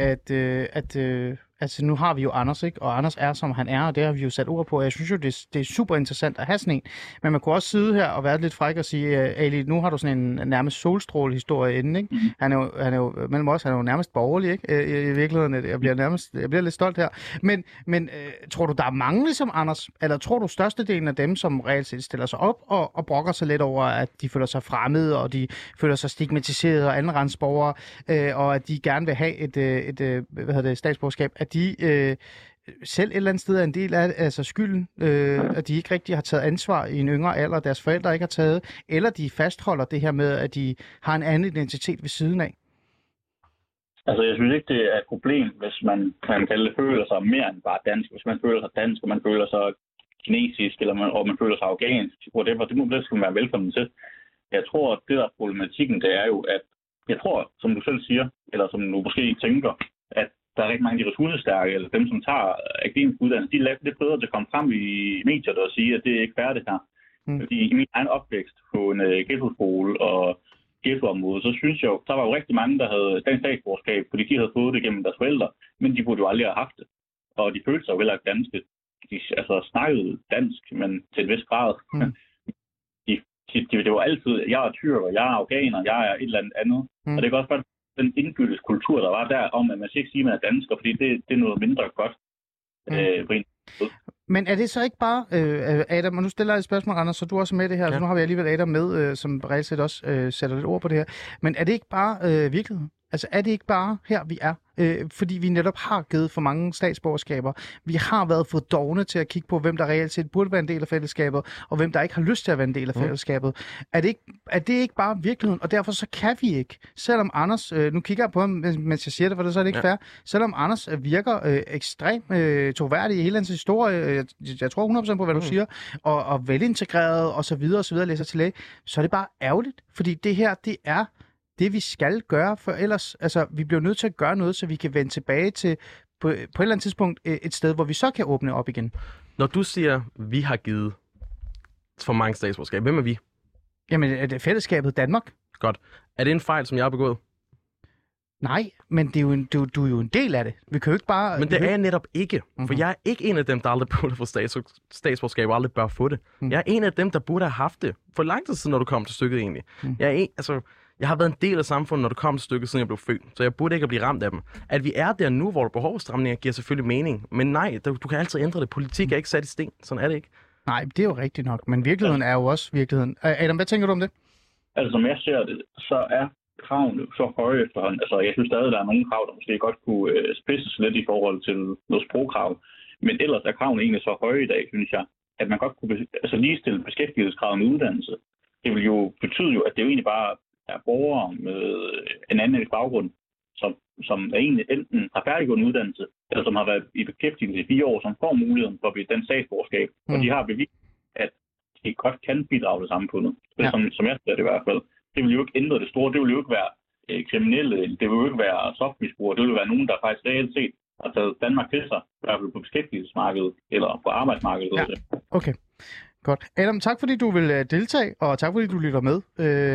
altså nu har vi jo Anders, ikke? Og Anders er, som han er, og det har vi jo sat ord på. Jeg synes jo, det er super interessant at have sådan en. Men man kunne også sidde her og være lidt fræk og sige, Ali, nu har du sådan en nærmest solstråle-historie inden, ikke? Han er jo mellem os, han er jo nærmest borgerlig, ikke? I virkeligheden, jeg bliver lidt stolt her. Men tror du, der er mange ligesom Anders? Eller tror du, størstedelen af dem, som reelt set stiller sig op og brokker sig lidt over, at de føler sig fremmede, og de føler sig stigmatiseret og andenrandsborgere, og at de gerne vil have et statsborgerskab, at de selv et eller andet sted er en del af skylden, at de ikke rigtig har taget ansvar i en yngre alder, deres forældre ikke har taget, eller de fastholder det her med, at de har en anden identitet ved siden af? Altså, jeg synes ikke, det er et problem, hvis man kan kalde det, føler sig mere end bare dansk. Hvis man føler sig dansk, og man føler sig kinesisk, eller man føler sig afghansk, whatever, det skal man være velkommen til. Jeg tror, at det der problematikken, det er jo, at jeg tror, som du selv siger, eller som du måske tænker, at der er rigtig mange af de ressourcestærke, eller dem, som tager akademisk uddannelse, de er lidt bedre til at komme frem i medierne og sige, at det er ikke færdigt her. Fordi i min egen opvækst på en ghettoskole og ghettoområde, så synes jeg jo, der var jo rigtig mange, der havde dansk statsborgerskab, fordi de havde fået det gennem deres forældre, men de burde jo aldrig have haft det. Og de følte sig jo heller ikke danske. De snakkede dansk, men til en vis grad. Det var altid, jeg er tyrker, jeg er afghaner, jeg er et eller andet. Og det kan også bare den indbyrdes kultur, der var der, om at man skal ikke sige, at man er dansker, fordi det er noget mindre godt. Men er det så ikke bare, Adam, og nu stiller jeg et spørgsmål, Anders, så du også med det her, så nu har vi alligevel Adam med, som reelt set også sætter lidt ord på det her. Men er det ikke bare virkeligheden? Altså er det ikke bare her, vi er? Fordi vi netop har givet for mange statsborgerskaber. Vi har været for dovne til at kigge på, hvem der reelt set burde være en del af fællesskabet, og hvem der ikke har lyst til at være en del af fællesskabet. Er det ikke bare virkeligheden? Og derfor så kan vi ikke, selvom Anders, nu kigger jeg på ham, mens jeg siger det, for så er det ikke fair, selvom Anders virker ekstremt troværdig i hele hans historie, jeg tror 100% på, hvad du siger, og velintegreret og så videre, læser til læge, så er det bare ærgerligt, fordi det her, det er det, vi skal gøre, for ellers, altså, vi bliver nødt til at gøre noget, så vi kan vende tilbage til, på et eller andet tidspunkt, et sted, hvor vi så kan åbne op igen. Når du siger, vi har givet for mange statsborgerskab, hvem er vi? Jamen, er det fællesskabet Danmark? Godt. Er det en fejl, som jeg har begået? Nej, men det er jo du er jo en del af det. Vi kan jo ikke bare... Men det er jeg netop ikke. For jeg er ikke en af dem, der aldrig burde få statsborgerskab og aldrig bør få det. Jeg er en af dem, der burde have haft det for lang tid siden, når du kom til stykket egentlig. Jeg har været en del af samfundet, når du kom til stykket, siden jeg blev født. Så jeg burde ikke blive ramt af dem. At vi er der nu, hvor der er behovsstramninger, giver selvfølgelig mening. Men nej, du kan altid ændre det. Politik er ikke sat i sten. Sådan er det ikke. Nej, det er jo rigtigt nok. Men virkeligheden er jo også virkeligheden. Adam, hvad tænker du om det? Altså, som jeg ser det, så er kravene så høje efterhånden. Altså, jeg synes stadig, der er nogle krav, der måske godt kunne spidses lidt i forhold til noget sprogkrav. Men ellers er kravene egentlig så høje i dag, synes jeg, at man godt kunne ligestille beskæftigelseskravet med uddannelse. Det vil jo betyde jo, at det jo egentlig bare er borgere med en anden baggrund, som er egentlig enten har færdiggjort en uddannelse, eller som har været i beskæftigelse i 4 år, som får muligheden for at blive dansk statsborgerskab. Og de har bevist, at de godt kan bidrage til samfundet. Ja. Som jeg ser det i hvert fald. Det vil jo ikke ændre det store. Det vil jo ikke være kriminelle. Det vil jo ikke være stofmisbrugere. Det vil være nogen, der faktisk reelt set har taget Danmark til sig, i hvert fald på beskæftigelsesmarkedet eller på arbejdsmarkedet. Ja. Okay, godt. Adam, tak fordi du vil deltage, og tak fordi du lytter med.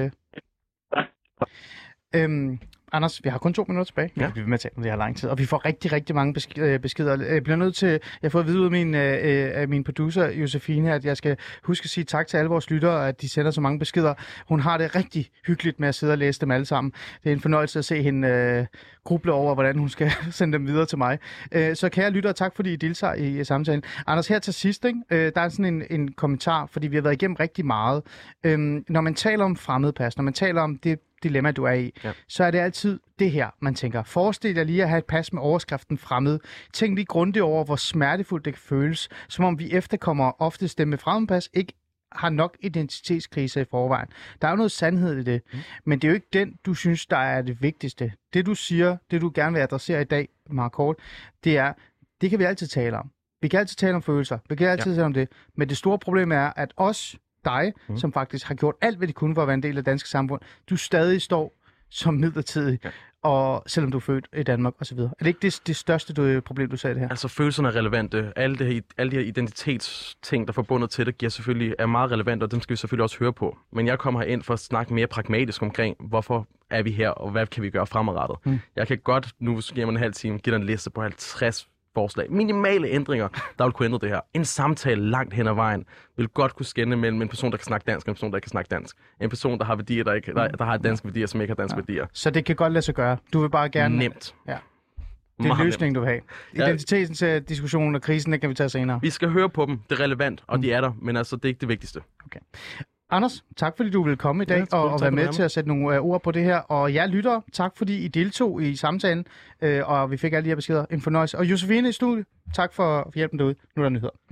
Anders, vi har kun 2 minutter tilbage. Ja. Vi vil med at tale om det her lang tid, og vi får rigtig, rigtig mange beskeder. Jeg bliver nødt til, jeg har fået at vide ud af min producer, Josefine, at jeg skal huske at sige tak til alle vores lyttere, at de sender så mange beskeder. Hun har det rigtig hyggeligt med at sidde og læse dem alle sammen. Det er en fornøjelse at se hende gruble over, hvordan hun skal sende dem videre til mig. Så kære lyttere, tak fordi I deltager i samtalen. Anders, her til sidst, ikke? Der er sådan en kommentar, fordi vi har været igennem rigtig meget. Når man taler om fremmedpas, når man taler om det dilemma, du er i, så er det altid det her, man tænker. Forestil dig lige at have et pas med overskriften fremmed. Tænk lige grundigt over, hvor smertefuldt det kan føles, som om vi efterkommer oftest dem med fremmedpas ikke har nok identitetskrise i forvejen. Der er jo noget sandhed i det, men det er jo ikke den, du synes, der er det vigtigste. Det du siger, det du gerne vil adressere i dag, meget kort, det er, det kan vi altid tale om. Vi kan altid tale om følelser. Vi kan altid tale om det. Men det store problem er, at dig, som faktisk har gjort alt, hvad de kunne for at være en del af det danske samfund, du stadig står som midlertidig, og selvom du er født i Danmark osv. Er det ikke det største problem, du sagde det her? Altså følelserne er relevante. Alle de her identitetsting, der er forbundet til det, er meget relevant, og dem skal vi selvfølgelig også høre på. Men jeg kommer herind for at snakke mere pragmatisk omkring, hvorfor er vi her, og hvad kan vi gøre fremadrettet. Jeg kan godt, nu giver mig en halv time, give dig en liste på 50 forslag. Minimale ændringer, der vil kunne ændre det her. En samtale langt hen ad vejen vil godt kunne skelne mellem en person, der kan snakke dansk, og en person, der ikke kan snakke dansk. En person, der har værdier, der har danske værdier, som ikke har danske værdier. Så det kan godt lade sig gøre. Du vil bare gerne... Nemt. Ja. Det er en løsning, du vil have. Identitetens diskussion og krisen, det kan vi tage senere. Vi skal høre på dem. Det er relevant, og de er der, men altså, det er ikke det vigtigste. Okay. Anders, tak fordi du ville komme i dag og være med til at sætte nogle ord på det her. Og jeg lytter, tak fordi I deltog i samtalen, og vi fik alle de her beskeder. En fornøjelse. Og Josefine i studiet, tak for hjælpen derude. Nu er der nyheder.